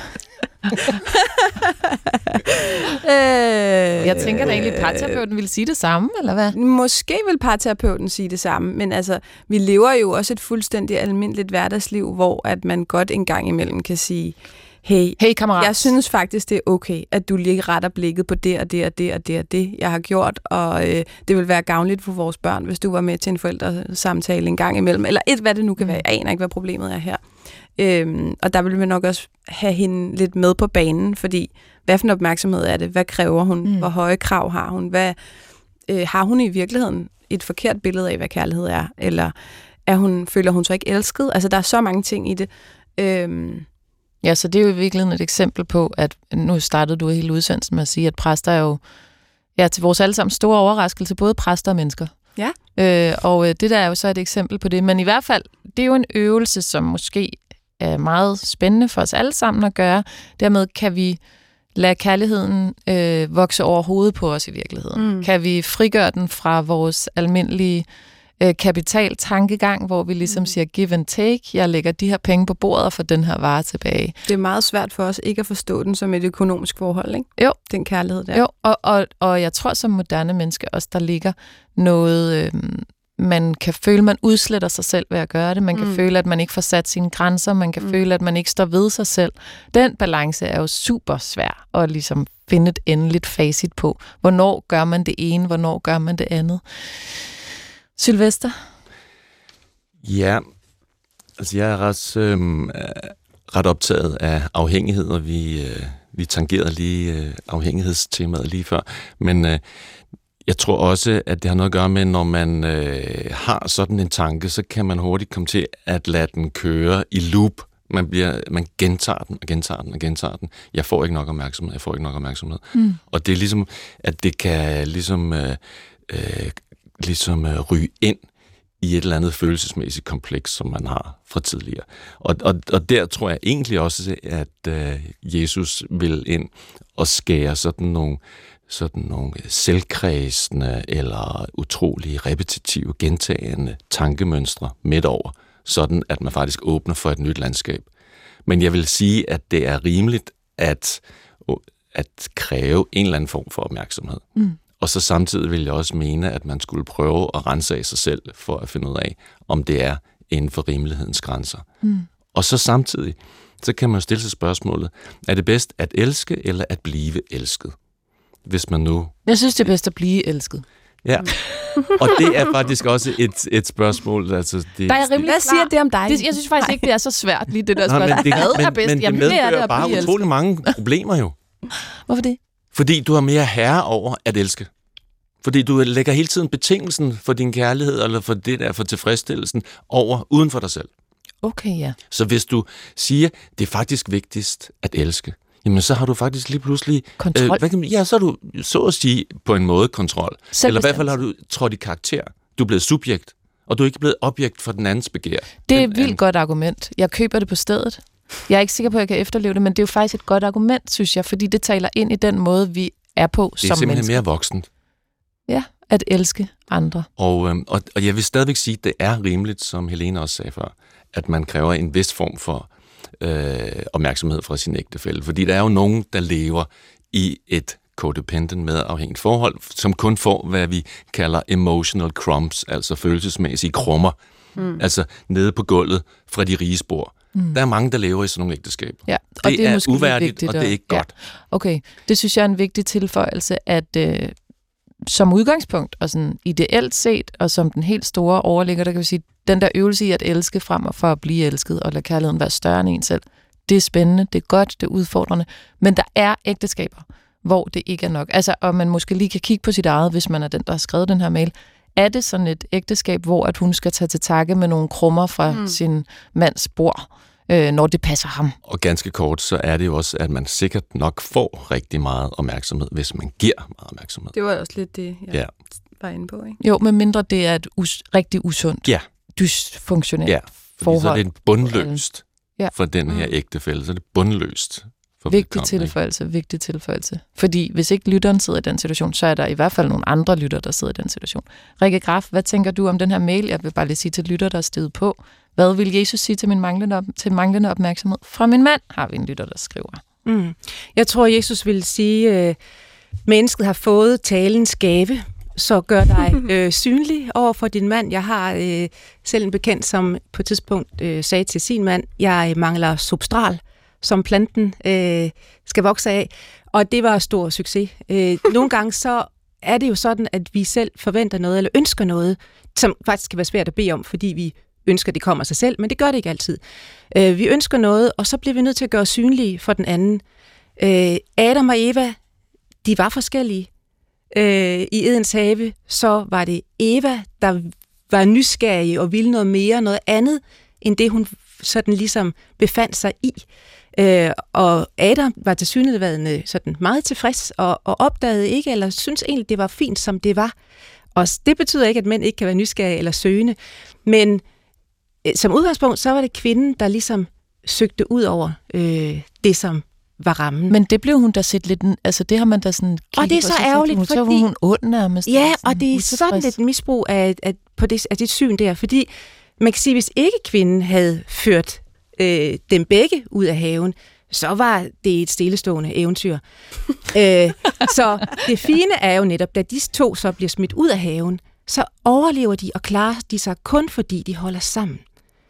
jeg tænker da egentlig, at parterapeuten ville sige det samme, eller hvad? Måske vil parterapeuten sige det samme, men altså, vi lever jo også et fuldstændig almindeligt hverdagsliv, hvor at man godt en gang imellem kan sige, hey, hey kammerat. Jeg synes faktisk, det er okay, at du lige retter blikket på det og det og det og det og det, jeg har gjort, og øh, det vil være gavnligt for vores børn, hvis du var med til en forældresamtale en gang imellem, eller et, hvad det nu kan være. Jeg aner ikke, hvad problemet er her. Øhm, og der vil vi nok også have hende lidt med på banen, fordi hvad for en opmærksomhed er det? Hvad kræver hun? Mm. Hvor høje krav har hun? Hvad, øh, har hun i virkeligheden et forkert billede af, hvad kærlighed er? Eller er hun, føler hun så ikke elsket? Altså, der er så mange ting i det. Øhm, Ja, så det er jo i virkeligheden et eksempel på, at nu startede du hele udsendelsen med at sige, at præster er jo ja, til vores allesammen store overraskelse, både præster og mennesker. Ja. Øh, og det der er jo så et eksempel på det. Men i hvert fald, det er jo en øvelse, som måske er meget spændende for os alle sammen at gøre. Dermed kan vi lade kærligheden øh, vokse over hovedet på os i virkeligheden. Mm. Kan vi frigøre den fra vores almindelige øh, kapitaltankegang, hvor vi ligesom mm. siger give and take. Jeg lægger de her penge på bordet og får den her vare tilbage. Det er meget svært for os ikke at forstå den som et økonomisk forhold, ikke? Jo. Den kærlighed der. Jo, og, og, og jeg tror som moderne menneske også, der ligger noget... Øh, man kan føle, man udsletter sig selv ved at gøre det. Man kan mm. føle, at man ikke får sat sine grænser. Man kan mm. føle, at man ikke står ved sig selv. Den balance er jo super svær at ligesom finde et endeligt facit på. Hvornår gør man det ene? Hvornår gør man det andet? Sylvester? Ja, altså jeg er ret, øh, ret optaget af afhængighed, og vi, øh, vi tangerede lige øh, afhængighedstemaet lige før. Men øh, jeg tror også, at det har noget at gøre med, når man øh, har sådan en tanke, så kan man hurtigt komme til at lade den køre i loop. Man, bliver, man gentager den og gentager den og gentager den. Jeg får ikke nok opmærksomhed, jeg får ikke nok opmærksomhed. Mm. Og det er ligesom, at det kan ligesom, øh, øh, ligesom øh, ryge ind i et eller andet følelsesmæssigt kompleks, som man har fra tidligere. Og, og, og der tror jeg egentlig også, at øh, Jesus vil ind og skære sådan nogle, sådan nogle selvkredsende eller utrolig repetitive, gentagende tankemønstre midt over, sådan at man faktisk åbner for et nyt landskab. Men jeg vil sige, at det er rimeligt at, at kræve en eller anden form for opmærksomhed. Mm. Og så samtidig vil jeg også mene, at man skulle prøve at rense af sig selv for at finde ud af, om det er inden for rimelighedens grænser. Mm. Og så samtidig, så kan man stille sig spørgsmålet, er det bedst at elske eller at blive elsket? Hvis man nu... Jeg synes, det er bedst at blive elsket. Ja, og det er faktisk også et, et spørgsmål. Altså det, der er rimelig Hvad siger det om dig? Det, jeg synes faktisk ikke, det er så svært lige det der spørgsmål. Nå, men det, Hvad er bedst? Men, Jamen, men det er det at bare blive utrolig elsket. mange problemer jo. Hvorfor det? Fordi du har mere herre over at elske. Fordi du lægger hele tiden betingelsen for din kærlighed, eller for det der, for tilfredsstillelsen, over uden for dig selv. Okay, ja. Så hvis du siger, det er faktisk vigtigst at elske, jamen så har du faktisk lige pludselig... Kontrol. Øh, hvad kan man, ja, så har du så at sige på en måde kontrol. Eller i hvert fald har du trådt i karakter. Du er blevet subjekt, og du er ikke blevet objekt for den andens begær. Det er et den vildt anden. godt argument. Jeg køber det på stedet. Jeg er ikke sikker på, at jeg kan efterleve det, men det er jo faktisk et godt argument, synes jeg, fordi det taler ind i den måde, vi er på Det er som simpelthen mennesker. mere voksent. Ja, at elske andre. Og, øhm, og, og jeg vil stadigvæk sige, at det er rimeligt, som Helene også sagde før, at man kræver en vis form for øh, opmærksomhed fra sin ægtefælle. Fordi der er jo nogen, der lever i et codependent medafhængigt forhold, som kun får, hvad vi kalder emotional crumbs, altså følelsesmæssige krummer, mm. altså nede på gulvet fra de rige spor. Mm. Der er mange, der lever i sådan nogle ægteskaber. Ja, og det, det er, er måske uværdigt, vigtigt, og det er ikke ja. godt. Okay, det synes jeg er en vigtig tilføjelse, at øh, som udgangspunkt, og sådan ideelt set, og som den helt store overligger, der kan vi sige, den der øvelse i at elske frem og for at blive elsket, og lade kærligheden være større end en selv, det er spændende, det er godt, det er udfordrende, men der er ægteskaber, hvor det ikke er nok. Altså, og man måske lige kan kigge på sit eget, hvis man er den, der har skrevet den her mail. Er det sådan et ægteskab, hvor at hun skal tage til takke med nogle krummer fra mm. sin mands bord, øh, når det passer ham? Og ganske kort, så er det jo også, at man sikkert nok får rigtig meget opmærksomhed, hvis man giver meget opmærksomhed. Det var også lidt det, jeg ja. var inde på, ikke? Jo, med mindre det er et us- rigtig usundt, ja. dysfunktionelt ja. forhold. Så er det bundløst ja. for den her ægtefælle, så er det bundløst. Vigtig tilføjelse, vigtig tilføjelse. Fordi hvis ikke lytteren sidder i den situation, så er der i hvert fald nogle andre lytter, der sidder i den situation. Rikke Graf, hvad tænker du om den her mail? Jeg vil bare lige sige til lytter, der er steget på. Hvad vil Jesus sige til min manglende, op- til manglende opmærksomhed? Fra min mand har vi en lytter, der skriver. Mm. Jeg tror, Jesus vil sige, at øh, mennesket har fået talens gave, så gør dig øh, synlig over for din mand. Jeg har øh, selv en bekendt, som på et tidspunkt øh, sagde til sin mand, jeg mangler substral, som planten øh, skal vokse af, og det var stor succes. Øh, nogle gange så er det jo sådan, at vi selv forventer noget, eller ønsker noget, som faktisk kan være svært at bede om, fordi vi ønsker, at det kommer af sig selv, men det gør det ikke altid. Øh, vi ønsker noget, og så bliver vi nødt til at gøre synlige for den anden. Øh, Adam og Eva, de var forskellige. Øh, I Edens have, så var det Eva, der var nysgerrig og ville noget mere, noget andet, end det hun sådan ligesom befandt sig i. Øh, og Adam var tilsyneladende sådan meget tilfreds og, og opdagede ikke, eller synes egentlig, det var fint, som det var. Og det betyder ikke, at mænd ikke kan være nysgerrige eller søgende, men øh, som udgangspunkt, så var det kvinden, der ligesom søgte ud over øh, det, som var rammen. Men det blev hun da set lidt, altså det har man da sådan... Og det er så ærgerligt, hun, fordi... Så var hun ond nærmest. Ja, og det er sådan lidt misbrug af, af, på det, af det syn der, fordi man kan sige, hvis ikke kvinden havde ført øh, dem begge ud af haven, så var det et stillestående eventyr. øh, så det fine er jo netop, da de to så bliver smidt ud af haven, så overlever de og klarer de sig kun fordi de holder sammen.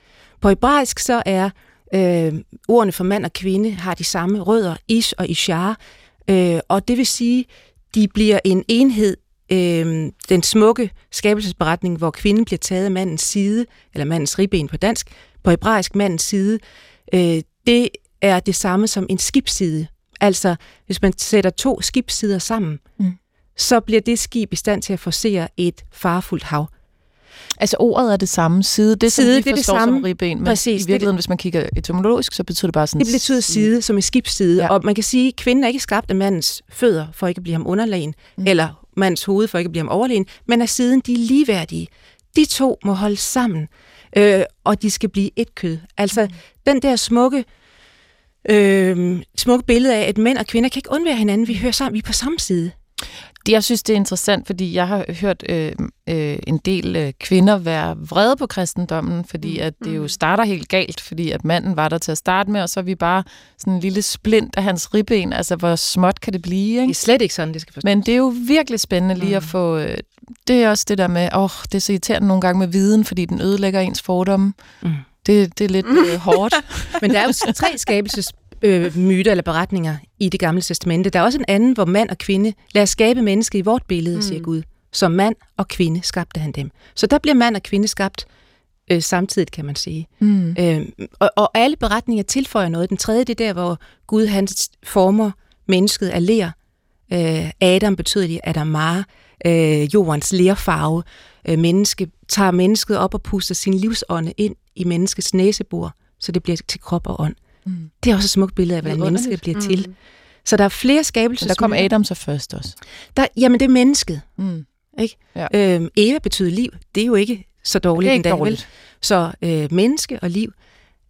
På hebraisk så er øh, ordene for mand og kvinde har de samme rødder, ish og ishar, øh, og det vil sige, de bliver en enhed. Øh, den smukke skabelsesberetning, hvor kvinden bliver taget af mandens side, eller mandens ribben på dansk, på hebraisk mandens side, øh, det er det samme som en skibsside. Altså, hvis man sætter to skibssider sammen, mm. så bliver det skib i stand til at forcere et farfuldt hav. Altså ordet er det samme side, det side, som vi det er forstår det samme. som ribben, men Præcis, i virkeligheden, det, hvis man kigger etymologisk, så betyder det bare sådan... Det betyder side, som en skibsside, ja. Og man kan sige, at kvinden er ikke skabt af mandens fødder, for ikke at blive ham underlegen, mm. eller mandens hoved, for ikke at blive ham overlegen, men af siden, de er ligeværdige. De to må holde sammen, øh, og de skal blive et kød. Altså, mm. den der smukke, øh, smukke billede af, at mænd og kvinder kan ikke undvære hinanden. Vi hører sammen, vi er på samme side. Jeg synes, det er interessant, fordi jeg har hørt øh, øh, en del øh, kvinder være vrede på kristendommen, fordi at det jo starter helt galt, fordi at manden var der til at starte med, og så er vi bare sådan en lille splint af hans ribben. Altså, hvor småt kan det blive, ikke? Det er slet ikke sådan, det skal forstås. Men det er jo virkelig spændende lige mm. at få... Øh, det er også det der med, åh, oh, det er så irriterende nogle gange med viden, fordi den ødelægger ens fordomme. Mm. Det, det er lidt øh, hårdt. Men der er jo tre skabelses Øh, myter eller beretninger i Det Gamle Testamente. Der er også en anden, hvor mand og kvinde lader skabe mennesket i vort billede, mm. siger Gud. Som mand og kvinde skabte han dem. Så der bliver mand og kvinde skabt øh, samtidig, kan man sige. Mm. Øh, og, og alle beretninger tilføjer noget. Den tredje, det er der, hvor Gud han former mennesket af ler. Øh, Adam betydeligt Adamar, øh, jordens lerfarve. Øh, menneske tager mennesket op og puster sin livsånde ind i menneskets næsebor, så det bliver til krop og ånd. Mm. Det er også et smukt billede af, hvordan mennesket bliver mm. til. Så der er flere skabelser. Der kom Adam så først også. Der, jamen, det er mennesket. Mm. Ikke? Ja. Øhm, Eva betyder liv. Det er jo ikke så dårligt. Det er ikke dårligt. Så øh, menneske og liv.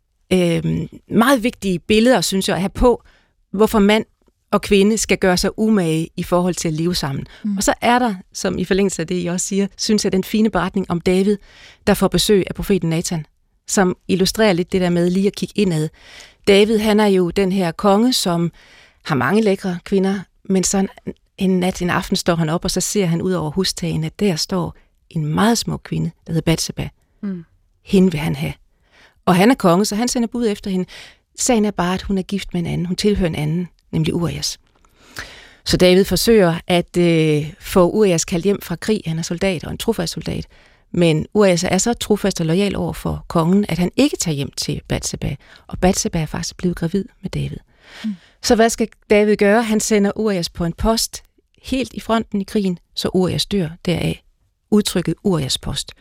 Øh, meget vigtige billeder, synes jeg, at have på, hvorfor mand og kvinde skal gøre sig umage i forhold til at leve sammen. Mm. Og så er der, som i forlængelse af det, I også siger, synes jeg, den fine beretning om David, der får besøg af profeten Nathan, som illustrerer lidt det der med lige at kigge indad. David, han er jo den her konge, som har mange lækre kvinder, men så en nat, en aften står han op, og så ser han ud over hustagen, at der står en meget smuk kvinde, der hedder Batseba. Mm. Hende vil han have. Og han er konge, så han sender bud efter hende. Sagen er bare, at hun er gift med en anden. Hun tilhører en anden, nemlig Urias. Så David forsøger at øh, få Urias kaldt hjem fra krig. Han er soldat og en trofast soldat. Men Urias er så trofast og loyal over for kongen, at han ikke tager hjem til Batseba. Og Batseba er faktisk blevet gravid med David. Mm. Så hvad skal David gøre? Han sender Urias på en post helt i fronten i krigen, så Urias dør deraf. Udtrykket Urias post.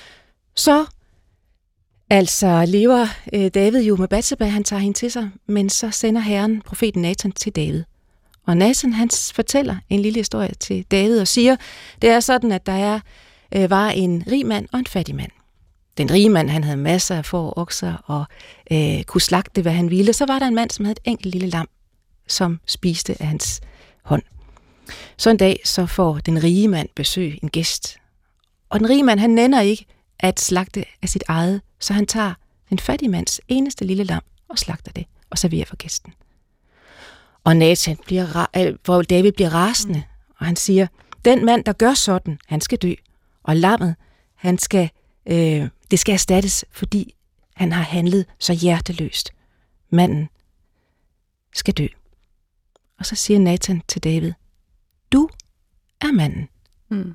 Så altså lever øh, David jo med Batseba, han tager hende til sig, men så sender Herren profeten Nathan til David. Og Nathan, han fortæller en lille historie til David og siger, det er sådan, at der er øh, var en rig mand og en fattig mand. Den rige mand, han havde masser af får og okser og øh, kunne slagte, hvad han ville. Så var der en mand, som havde et enkelt lille lam, som spiste af hans hånd. Så en dag, så får den rige mand besøg, en gæst. Og den rige mand, han nænder ikke at slagte af sit eget, så han tager den fattige mands eneste lille lam og slagter det og serverer for gæsten. Og Nathan bliver, hvor David bliver rasende, og han siger, den mand, der gør sådan, han skal dø. Og lammet, han skal, øh, det skal erstattes, fordi han har handlet så hjerteløst. Manden skal dø. Og så siger Nathan til David, du er manden. Mm.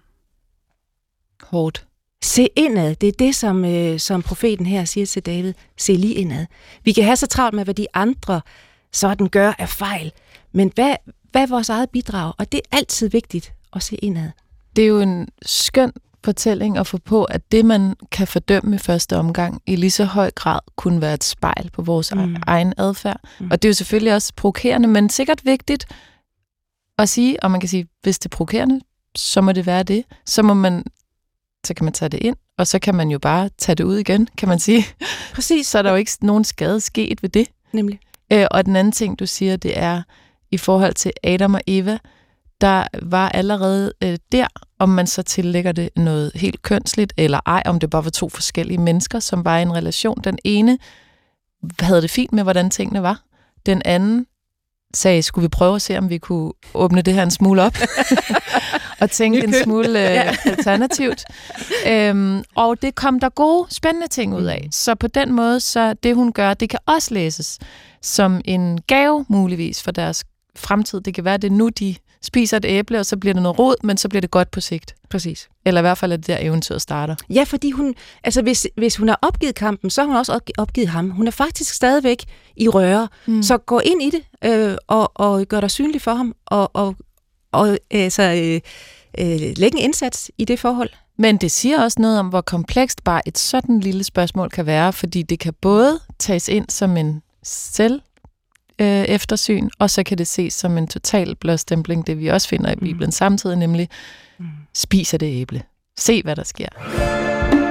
Hårdt. Se indad. Det er det, som, øh, som profeten her siger til David. Se lige indad. Vi kan have så travlt med, hvad de andre sådan gør af fejl. Men hvad, hvad er vores eget bidrag? Og det er altid vigtigt at se indad. Det er jo en skøn fortælling at få på, at det, man kan fordømme i første omgang, i lige så høj grad kunne være et spejl på vores mm. egen adfærd. Mm. Og det er jo selvfølgelig også provokerende, men sikkert vigtigt at sige, og man kan sige, hvis det er provokerende, så må det være det. Så må man, så kan man tage det ind, og så kan man jo bare tage det ud igen, kan man sige. Præcis. Så er der jo ikke nogen skade sket ved det. Nemlig. Øh, og den anden ting, du siger, det er i forhold til Adam og Eva, der var allerede øh, der, om man så tillægger det noget helt kønsligt, eller ej, om det bare var to forskellige mennesker, som var i en relation. Den ene havde det fint med, hvordan tingene var. Den anden sagde, skulle vi prøve at se, om vi kunne åbne det her en smule op, og tænke en smule øh, ja. alternativt. Øhm, og det kom der gode, spændende ting ud af. Så på den måde, så det hun gør, det kan også læses som en gave muligvis for deres fremtid. Det kan være, det nu, de spiser et æble, og så bliver det noget rod, men så bliver det godt på sigt. Præcis. Eller i hvert fald, at det der eventyret starter. Ja, fordi hun, altså hvis, hvis hun har opgivet kampen, så har hun også opgivet ham. Hun er faktisk stadigvæk i røre. Mm. Så gå ind i det, øh, og, og gør dig synlig for ham, og, og, og altså, øh, øh, lægge en indsats i det forhold. Men det siger også noget om, hvor komplekst bare et sådan lille spørgsmål kan være, fordi det kan både tages ind som en selv øh, eftersyn, og så kan det ses som en total blåstempling, det vi også finder i Bibelen mm. samtidig, nemlig mm. spiser det æble. Se, hvad der sker.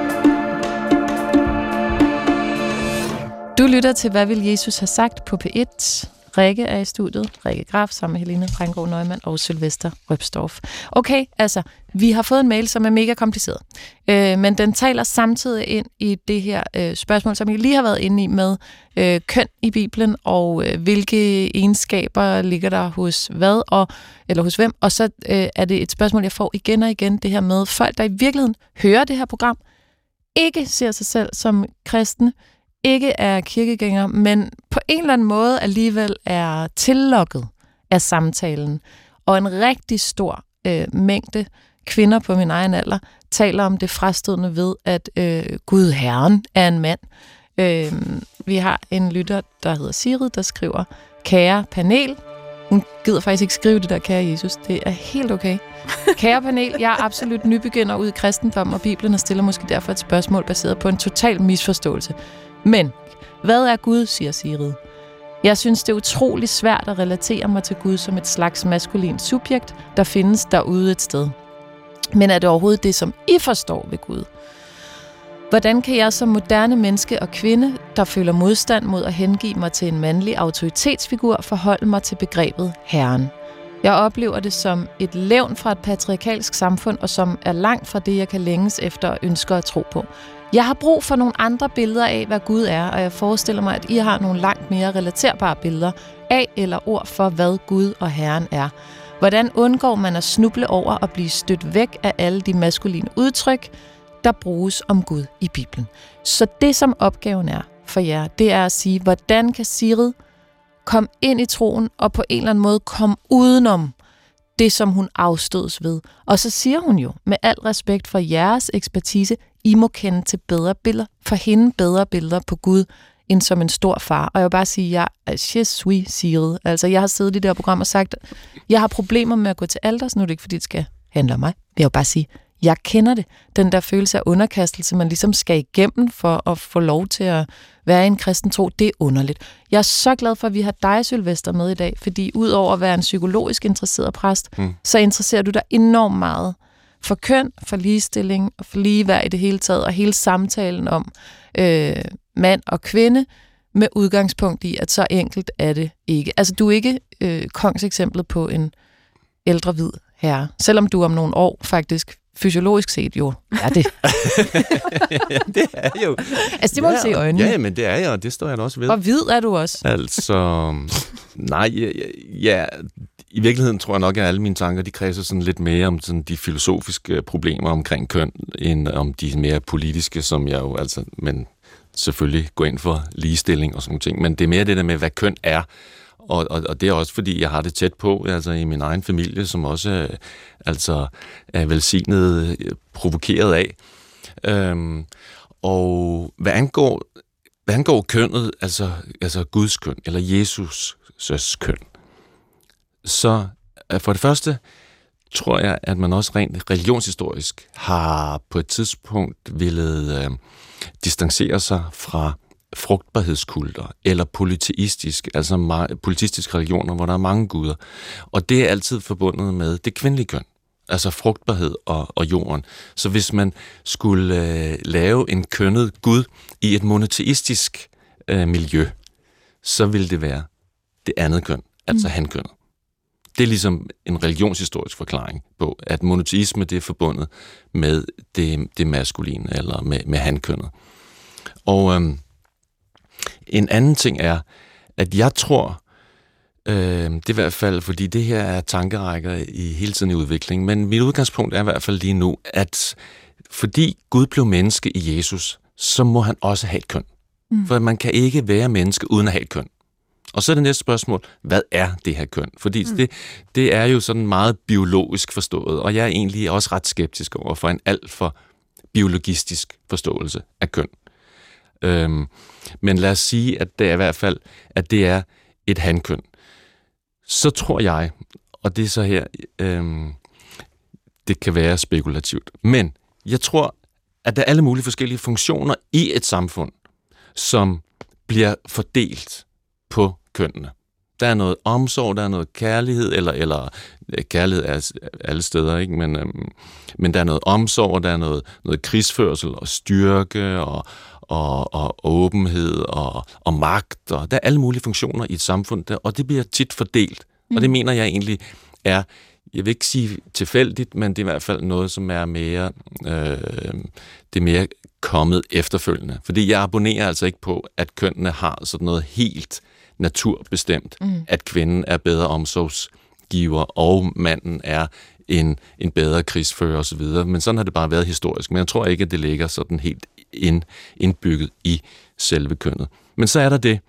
Du lytter til Hvad vil Jesus have sagt på P et. Rikke er i studiet. Rikke Graf sammen med Helene Breingaard Neumann og Sylvester Røbsdorf. Okay, altså, vi har fået en mail, som er mega kompliceret. Øh, men den taler samtidig ind i det her øh, spørgsmål, som I lige har været inde i med øh, køn i Bibelen, og øh, hvilke egenskaber ligger der hos hvad, og, eller hos hvem. Og så øh, er det et spørgsmål, jeg får igen og igen, det her med folk, der i virkeligheden hører det her program, ikke ser sig selv som kristne, ikke er kirkegængere, men på en eller anden måde alligevel er tillokket af samtalen. Og en rigtig stor øh, mængde kvinder på min egen alder taler om det frastødende ved, at øh, Gud Herren er en mand. Øh, vi har en lytter, der hedder Sigrid, der skriver, kære panel. Hun gider faktisk ikke skrive det der, kære Jesus. Det er helt okay. Kære panel, jeg er absolut nybegynder ud i kristendom og Bibelen og stiller måske derfor et spørgsmål baseret på en total misforståelse. Men, hvad er Gud, siger Sigrid? Jeg synes, det er utrolig svært at relatere mig til Gud som et slags maskulin subjekt, der findes derude et sted. Men er det overhovedet det, som I forstår ved Gud? Hvordan kan jeg som moderne menneske og kvinde, der føler modstand mod at hengive mig til en mandlig autoritetsfigur, forholde mig til begrebet Herren? Jeg oplever det som et levn fra et patriarkalsk samfund, og som er langt fra det, jeg kan længes efter og ønsker at tro på. Jeg har brug for nogle andre billeder af, hvad Gud er, og jeg forestiller mig, at I har nogle langt mere relaterbare billeder af eller ord for, hvad Gud og Herren er. Hvordan undgår man at snuble over og blive stødt væk af alle de maskuline udtryk, der bruges om Gud i Bibelen? Så det, som opgaven er for jer, det er at sige, hvordan kan Sigrid komme ind i troen og på en eller anden måde komme udenom det, som hun afstødes ved. Og så siger hun jo, med al respekt for jeres ekspertise, I må kende til bedre billeder, for hende bedre billeder på Gud, end som en stor far. Og jeg vil bare sige, jeg er je suis Sigrid. Altså, jeg har siddet i det her program og sagt, jeg har problemer med at gå til alters, nu er det ikke, fordi det skal handle om mig. Jeg vil bare sige, jeg kender det. Den der følelse af underkastelse, man ligesom skal igennem for at få lov til at være i en kristen tro, det er underligt. Jeg er så glad for, at vi har dig, Sylvester, med i dag, fordi udover at være en psykologisk interesseret præst, mm. så interesserer du dig enormt meget for køn, for ligestilling og for ligeværd i det hele taget, og hele samtalen om øh, mand og kvinde, med udgangspunkt i, at så enkelt er det ikke. Altså, du er ikke øh, kongseksemplet på en ældre hvid herre, selvom du om nogle år faktisk fysiologisk set jo er det. Ja, det er jo. Altså, det må ja, du se i øjnene. Ja, men det er jeg, og det står jeg da også ved. Og hvid er du også. Altså, nej, ja, ja, i virkeligheden tror jeg nok, at alle mine tanker, de kredser sådan lidt mere om sådan de filosofiske problemer omkring køn, end om de mere politiske, som jeg jo altså, men selvfølgelig går ind for ligestilling og sådan ting. Men det er mere det der med, hvad køn er. Og, og, og det er også, fordi jeg har det tæt på, altså i min egen familie, som også altså, er velsignet, provokeret af. Øhm, og hvad angår, hvad angår kønnet, altså, altså Guds køn, eller Jesus' køn, så for det første tror jeg, at man også rent religionshistorisk har på et tidspunkt ville øh, distancere sig fra frugtbarhedskulter eller polyteistisk, altså ma- politistiske religioner, hvor der er mange guder. Og det er altid forbundet med det kvindelige køn, altså frugtbarhed og, og jorden. Så hvis man skulle øh, lave en kønnet gud i et monoteistisk øh, miljø, så ville det være det andet køn, altså mm. hankønnet. Det er ligesom en religionshistorisk forklaring på, at monoteisme det er forbundet med det, det maskuline, eller med, med hankønnet. Og øhm, en anden ting er, at jeg tror, øh, det er i hvert fald, fordi det her er tankerækker i hele tiden i udvikling, men mit udgangspunkt er i hvert fald lige nu, at fordi Gud blev menneske i Jesus, så må han også have et køn. Mm. For man kan ikke være menneske uden at have et køn. Og så er det næste spørgsmål, hvad er det her køn? Fordi mm. det, det er jo sådan meget biologisk forstået, og jeg er egentlig også ret skeptisk over for en alt for biologistisk forståelse af køn. Øhm, men lad os sige, at det er i hvert fald, at det er et hankøn. Så tror jeg, og det er så her, øhm, det kan være spekulativt, men jeg tror, at der er alle mulige forskellige funktioner i et samfund, som bliver fordelt på kønnene. Der er noget omsorg, der er noget kærlighed, eller, eller kærlighed er alle steder, ikke? Men, øhm, men der er noget omsorg, og der er noget, noget krigsførsel og styrke og, og, og åbenhed og, og magt, og der er alle mulige funktioner i et samfund, der, og det bliver tit fordelt. Mm. Og det mener jeg egentlig er, jeg vil ikke sige tilfældigt, men det er i hvert fald noget, som er mere, øh, det er mere kommet efterfølgende. Fordi jeg abonnerer altså ikke på, at kønnene har sådan noget helt naturbestemt, mm. at kvinden er bedre omsorgsgiver, og manden er en, en bedre krigsfører osv. Men sådan har det bare været historisk. Men jeg tror ikke, at det ligger sådan helt ind, indbygget i selve kønnet. Men så er der det,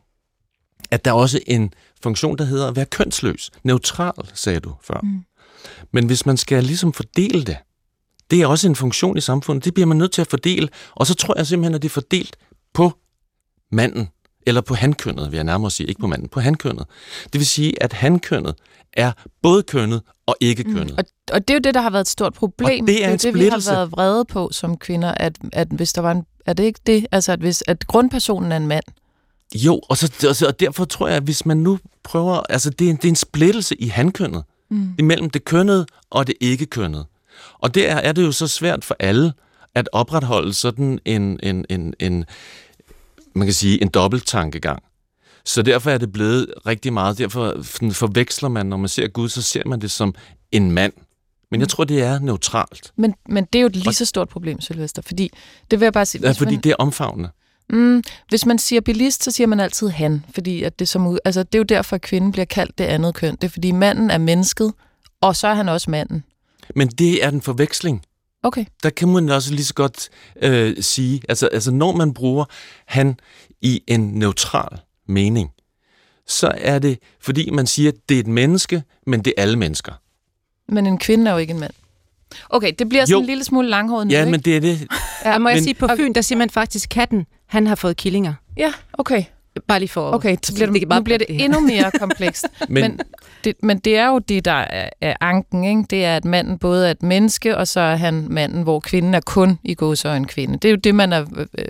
at der er også en funktion, der hedder at være kønsløs. Neutral, sagde du før. Mm. Men hvis man skal ligesom fordele det, det er også en funktion i samfundet, det bliver man nødt til at fordele, og så tror jeg simpelthen, at det er fordelt på manden, eller på hankønnet, vil jeg nærmere sige, ikke på manden, på hankønnet. Det vil sige, at hankønnet er både kønnet og ikke kønnet. Mm. Og, og det er jo det, der har været et stort problem. Og det er, det, er det, vi har været vrede på som kvinder, at, at hvis der var en, er det ikke det, altså at hvis at grundpersonen er en mand. Jo, og, så, og derfor tror jeg, at hvis man nu prøver, altså det er en, det er en splittelse i hankønnet, mm. imellem det kønnede og det ikke kønnede. Og der er det jo så svært for alle at opretholde sådan en, en, en, en man kan sige, en dobbelttankegang. Så derfor er det blevet rigtig meget, derfor forveksler man, når man ser Gud, så ser man det som en mand. Men jeg tror, det er neutralt. Men, men det er jo et lige så stort problem, Sylvester, fordi det vil jeg bare sige... Ja, fordi man, det er omfavnende. Mm, hvis man siger bilist, så siger man altid han, fordi at det, som, altså, det er jo derfor, at kvinden bliver kaldt det andet køn. Det er, fordi manden er mennesket, og så er han også manden. Men det er den forveksling. Okay. Der kan man også lige så godt øh, sige, altså, altså når man bruger han i en neutral mening, så er det, fordi man siger, at det er et menneske, men det er alle mennesker. Men en kvinde er jo ikke en mand. Okay, det bliver sådan jo. En lille smule langhåret nu, ja, ikke? men det er det. Ja, må men, jeg sige, på Fyn, der siger man faktisk, katten, han har fået killinger. Ja, okay. Bare lige for... Okay, så bliver det, det nu bliver det, det endnu mere komplekst. men, men, det, men det er jo det, der er, er anken, ikke? Det er, at manden både er et menneske, og så er han manden, hvor kvinden er kun i gåseøjne kvinde. Det er jo det, man er øh, øh,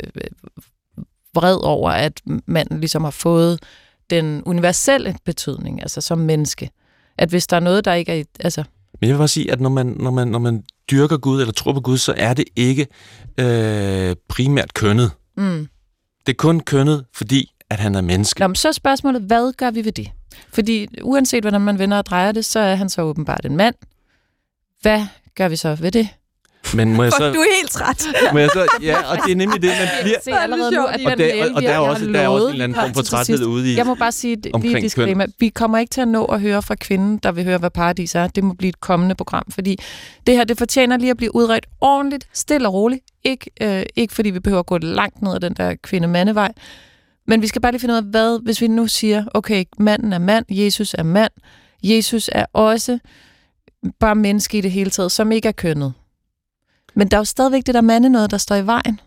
vred over, at manden ligesom har fået den universelle betydning, altså som menneske. At hvis der er noget, der ikke er... Altså, men jeg vil bare sige, at når man, når man, når man dyrker Gud, eller tror på Gud, så er det ikke øh, primært kønnet. Mm. Det er kun kønnet, fordi at han er menneske. Nå, men så er spørgsmålet, hvad gør vi ved det? Fordi uanset hvordan man vender og drejer det, så er han så åbenbart en mand. Hvad gør vi så ved det? Men må jeg så... du er helt træt. Må jeg så... Ja, og det er nemlig det, man bliver... Se allerede nu, at og, der, og, og der er også, der er også en eller anden form for træthed ude i... Jeg må bare sige, lige disclaimer, vi kommer ikke til at nå at høre fra kvinden, der vil høre, hvad paradis er. Det må blive et kommende program, fordi det her, det fortjener lige at blive udredt ordentligt, stille og roligt. Ikke, øh, ikke fordi vi behøver at gå langt ned ad den der kvinde-mandevej, men vi skal bare lige finde ud af, hvad, hvis vi nu siger, okay, manden er mand, Jesus er mand, Jesus er også bare menneske i det hele taget, som ikke er kønnet. Men der er jo stadigvæk det der mande noget, der står i vejen.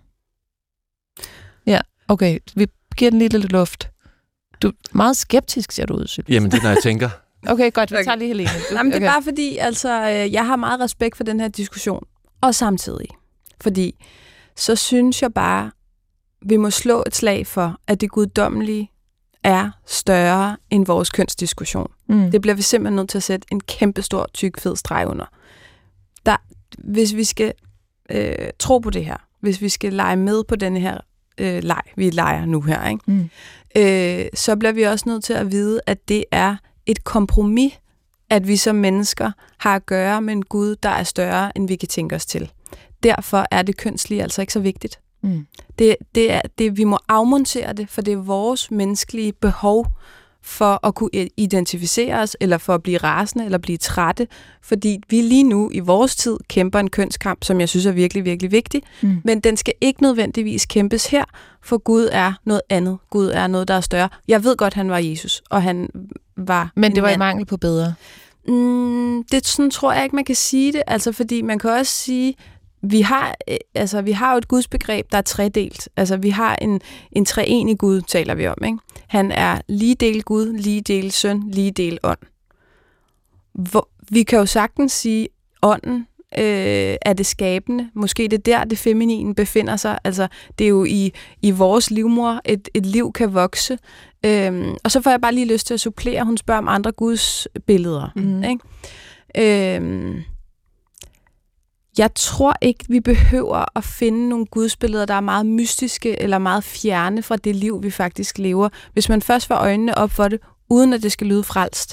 Ja, okay, vi giver den lige lidt luft. Du er meget skeptisk, ser du ud, Sylvia. Jamen, det er, når jeg tænker. Okay, godt, vi tager lige Helene. Du, Jamen, det er okay. bare fordi, altså, jeg har meget respekt for den her diskussion. Og samtidig. Fordi så synes jeg bare, vi må slå et slag for, at det guddommelige er større end vores kønsdiskussion. Mm. Det bliver vi simpelthen nødt til at sætte en kæmpe stor, tyk, fed streg under. Der, hvis vi skal øh, tro på det her, hvis vi skal lege med på denne her øh, leg, vi leger nu her, ikke? Mm. Øh, så bliver vi også nødt til at vide, at det er et kompromis, at vi som mennesker har at gøre med en Gud, der er større, end vi kan tænke os til. Derfor er det kønslige altså ikke så vigtigt. Mm. Det, det er, det, vi må afmontere det, for det er vores menneskelige behov for at kunne identificere os, eller for at blive rasende, eller blive trætte, fordi vi lige nu i vores tid kæmper en kønskamp, som jeg synes er virkelig, virkelig vigtig, mm. men den skal ikke nødvendigvis kæmpes her, for Gud er noget andet. Gud er noget, der er større. Jeg ved godt, han var Jesus, og han var Men det var i mangel på bedre? Mm, det sådan tror jeg ikke, man kan sige det, altså fordi man kan også sige, Vi har, altså, vi har jo et gudsbegreb, der er tredelt. Altså, vi har en, en treenig Gud, taler vi om, ikke? Han er lige del Gud, lige del søn, lige del ånd. Hvor, vi kan jo sagtens sige, ånden øh, er det skabende. Måske det er der, det feminine befinder sig. Altså, det er jo i, i vores livmor, et, et liv kan vokse. Øhm, og så får jeg bare lige lyst til at supplere. Hun spørger om andre Guds billeder. Mm. Ikke? Øhm, Jeg tror ikke, vi behøver at finde nogle gudsbilleder, der er meget mystiske eller meget fjerne fra det liv, vi faktisk lever. Hvis man først får øjnene op for det, uden at det skal lyde frelst,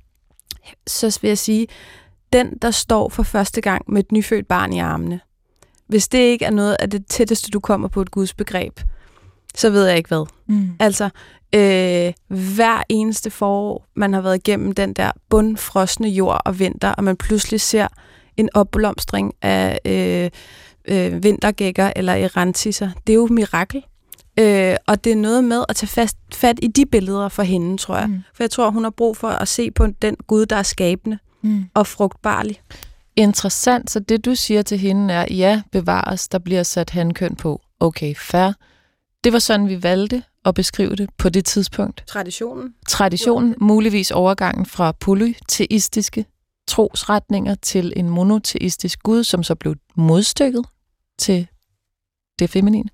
så vil jeg sige, den, der står for første gang med et nyfødt barn i armene, hvis det ikke er noget af det tætteste, du kommer på et gudsbegreb, så ved jeg ikke hvad. Mm. Altså, øh, hver eneste forår, man har været igennem den der bundfrosne jord og vinter, og man pludselig ser en opblomstring af øh, øh, vintergækker eller erantisser. Det er jo et mirakel. Øh, og det er noget med at tage fast, fat i de billeder for hende, tror jeg. Mm. For jeg tror, hun har brug for at se på den Gud, der er skabende mm. og frugtbarlig. Interessant, så det du siger til hende er, ja, bevares, der bliver sat hankøn på. Okay, fair. Det var sådan, vi valgte at beskrive det på det tidspunkt. Traditionen. Traditionen, muligvis overgangen fra polyteistiske trosretninger til en monoteistisk Gud, som så blev modstykket til det feminine.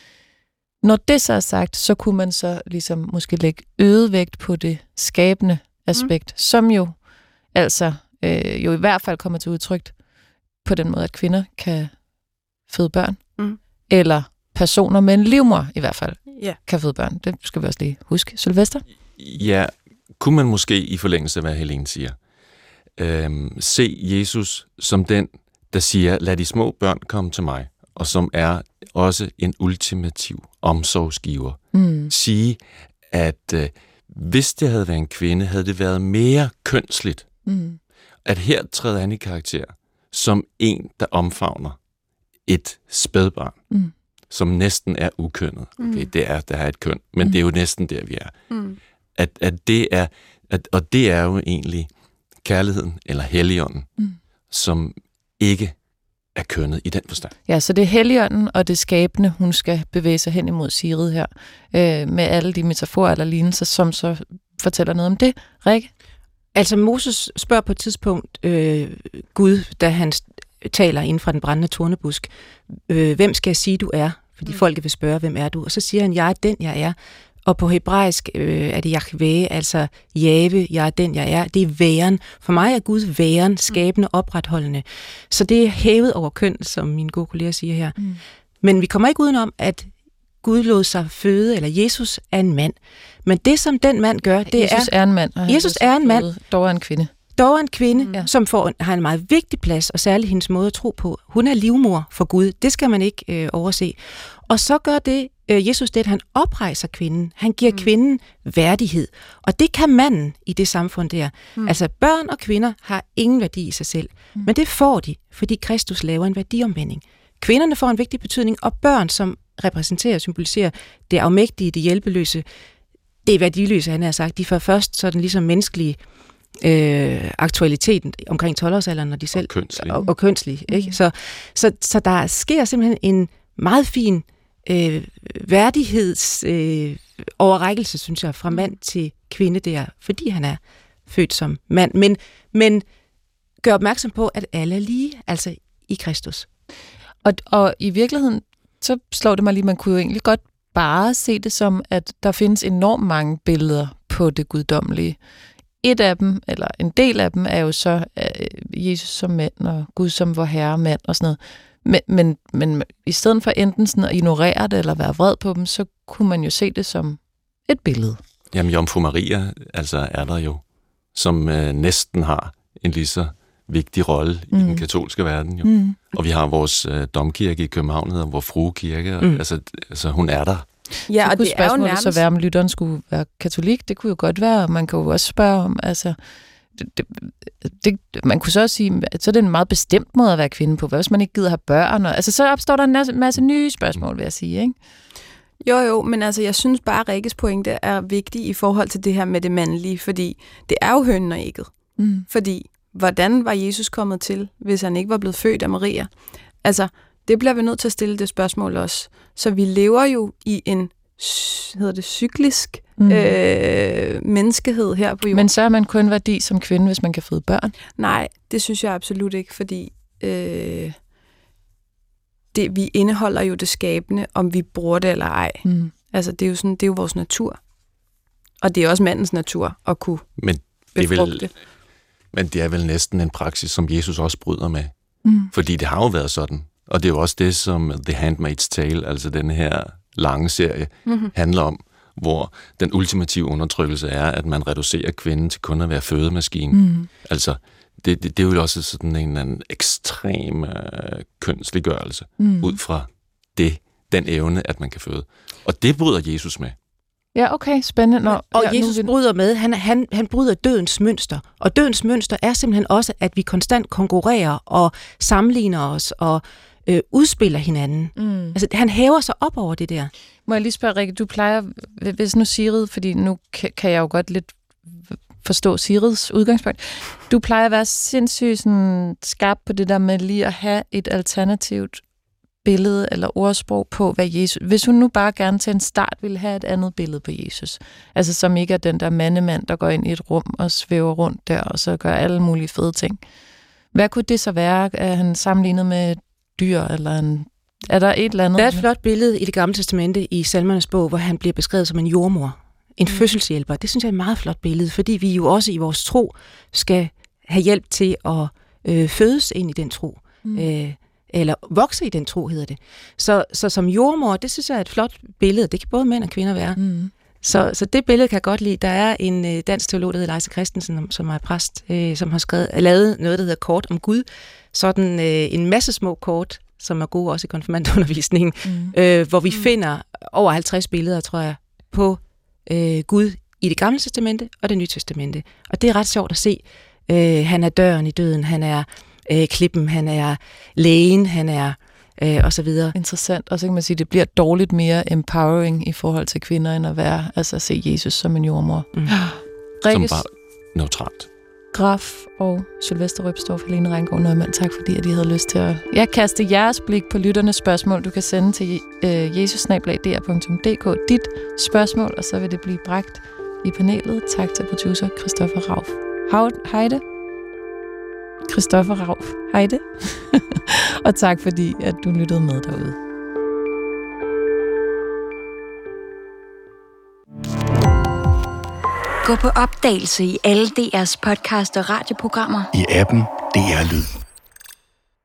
Når det så er sagt, så kunne man så ligesom måske lægge øget vægt på det skabende aspekt, mm. som jo altså øh, jo i hvert fald kommer til udtryk på den måde, at kvinder kan føde børn, mm. eller personer med en livmor i hvert fald yeah. kan føde børn. Det skal vi også lige huske. Sylvester? Ja, kunne man måske i forlængelse af, hvad Helene siger, øhm, se Jesus som den, der siger, lad de små børn komme til mig, og som er også en ultimativ omsorgsgiver. Mm. Sige, at øh, hvis det havde været en kvinde, havde det været mere kønsligt, mm. at her træder han i karakter som en, der omfavner et spædbarn, mm. som næsten er ukønnet. Okay, mm. det er, der er et køn, men mm. det er jo næsten der, vi er. Mm. At, at det er at, og det er jo egentlig kærligheden, eller helligånden, mm. som ikke er kønnet i den forstand. Ja, så det er helligånden og det skabende, hun skal bevæge sig hen imod Sigrid her, øh, med alle de metaforer eller lignelser, som så fortæller noget om det. Rikke? Altså Moses spørger på et tidspunkt øh, Gud, da han taler inden fra den brændende tornebusk, øh, hvem skal jeg sige, du er? Fordi mm. folket vil spørge, hvem er du? Og så siger han, jeg er den, jeg er. Og på hebraisk øh, er det Jahve, altså Jave, jeg er den, jeg er. Det er væren. For mig er Gud væren, skabende, opretholdende. Så det er hævet over køn, som min gode kollega siger her. Mm. Men vi kommer ikke udenom, at Gud lod sig føde, eller Jesus er en mand. Men det, som den mand gør, det Jesus er... Jesus er en mand. Jesus er en mand. Dog er en kvinde. Dog er en kvinde, mm. som får, har en meget vigtig plads, og særligt hendes måde at tro på. Hun er livmor for Gud. Det skal man ikke øh, overse. Og så gør det øh, Jesus det, at han oprejser kvinden. Han giver mm. kvinden værdighed. Og det kan manden i det samfund der. Mm. Altså børn og kvinder har ingen værdi i sig selv. Mm. Men det får de, fordi Kristus laver en værdiomvending. Kvinderne får en vigtig betydning, og børn, som repræsenterer og symboliserer det afmægtige, det hjælpeløse, det er værdiløse, han har sagt. De får først sådan ligesom menneskelige Øh, aktualiteten omkring tolv-årsalderen, når de selv... Og kønslige. Og, og kønslige, ikke? Så, så, så der sker simpelthen en meget fin øh, værdigheds øh, overrækkelse, synes jeg, fra mand til kvinde der, fordi han er født som mand. Men, men gør opmærksom på, at alle er lige, altså i Kristus. Og, og i virkeligheden, så slår det mig lige, man kunne jo egentlig godt bare se det som, at der findes enormt mange billeder på det guddommelige. Et af dem, eller en del af dem, er jo så uh, Jesus som mand, og Gud som vor herre mand, og sådan noget. Men, men, men i stedet for enten sådan at ignorere det, eller være vred på dem, så kunne man jo se det som et billede. Jamen, Jomfru Maria altså er der jo, som øh, næsten har en lige så vigtig rolle mm. i den katolske verden. Jo. Mm. Og vi har vores øh, domkirke i København, hedder Vor Frue Kirke, og, mm. altså, altså hun er der. Ja, og det er jo nærmest... så være, om lytteren skulle være katolik. Det kunne jo godt være, man kan jo også spørge om, altså, det, det, det, man kunne så også sige, så er det en meget bestemt måde at være kvinde på. Hvad hvis man ikke gider have børn? Og, altså, så opstår der en masse, masse nye spørgsmål, vil jeg sige, ikke? Jo, jo, men altså, jeg synes bare, at Rikkes pointe er vigtig i forhold til det her med det mandlige, fordi det er jo hønen og ægget. Mm. Fordi, hvordan var Jesus kommet til, hvis han ikke var blevet født af Maria? Altså, det bliver vi nødt til at stille det spørgsmål også. Så vi lever jo i en, hedder det, cyklisk mm. øh, menneskehed her på jorden. Men så er man kun værdi som kvinde, hvis man kan føde børn? Nej, det synes jeg absolut ikke, fordi øh, det, vi indeholder jo det skabende, om vi bruger det eller ej. Mm. Altså, det er jo sådan, det er jo vores natur. Og det er også mandens natur at kunne men det befrugte. Vel, men det er vel næsten en praksis, som Jesus også bryder med. Mm. Fordi det har jo været sådan. Og det er jo også det, som The Handmaid's Tale, altså den her lange serie, mm-hmm. handler om, hvor den ultimative undertrykkelse er, at man reducerer kvinden til kun at være fødemaskine. Mm. Altså, det, det, det er jo også sådan en, en ekstrem øh, kønsliggørelse, mm. ud fra det, den evne, at man kan føde. Og det bryder Jesus med. Ja, okay, spændende. Nå, og ja, Jesus vi... bryder med, han, han, han bryder dødens mønster. Og dødens mønster er simpelthen også, at vi konstant konkurrerer og sammenligner os og øh, udspiller hinanden. Mm. Altså, han hæver sig op over det der. Må jeg lige spørge, Rikke, du plejer, hvis nu Sigrid, fordi nu kan jeg jo godt lidt forstå Sigrids udgangspunkt, du plejer at være sindssygt sådan skarp på det der med lige at have et alternativt billede eller ordsprog på, hvad Jesus... Hvis hun nu bare gerne til en start ville have et andet billede på Jesus, altså som ikke er den der mandemand, der går ind i et rum og svæver rundt der, og så gør alle mulige fede ting. Hvad kunne det så være? Er han sammenlignet med dyr, eller en... Er der et eller andet? Der er et flot billede i Det Gamle Testamente i Salmernes bog, hvor han bliver beskrevet som en jordmor, en mm. fødselshjælper. Det synes jeg er et meget flot billede, fordi vi jo også i vores tro skal have hjælp til at øh, fødes ind i den tro. Mm. Øh, eller vokse i den tro, hedder det. Så, så som jordmor, det synes jeg er et flot billede. Det kan både mænd og kvinder være. Mm. Så, så det billede kan jeg godt lide. Der er en øh, dansk teolog, der hedder Leise Christensen, som er præst, øh, som har skrevet, lavet noget, der hedder Kort om Gud. Sådan øh, en masse små kort, som er gode også i konfirmandundervisningen, mm. øh, hvor vi mm. finder over halvtreds billeder, tror jeg, på øh, Gud i Det Gamle Testamente og Det Nye Testamente. Og det er ret sjovt at se. Øh, han er døren i døden, han er øh, klippen, han er lægen, han er øh, og så videre. Interessant. Og så kan man sige, at det bliver dårligt mere empowering i forhold til kvinder, end at være, altså at se Jesus som en jordmor. Mm. Rikkes, som bare neutralt. Graf og Sylvester Røbstorff, Helene Reingård Neumann, tak fordi at I havde lyst til at ja, kaste jeres blik på lytternes spørgsmål. Du kan sende til øh, jesus snabel-a d r punktum d k dit spørgsmål, og så vil det blive bragt i panelet. Tak til producer Christoffer Rauf Heide. Christoffer Rauf Heide. Og tak fordi at du lyttede med derude. Gå på opdagelse i alle D R's podcast og radioprogrammer. I appen D R Lyd.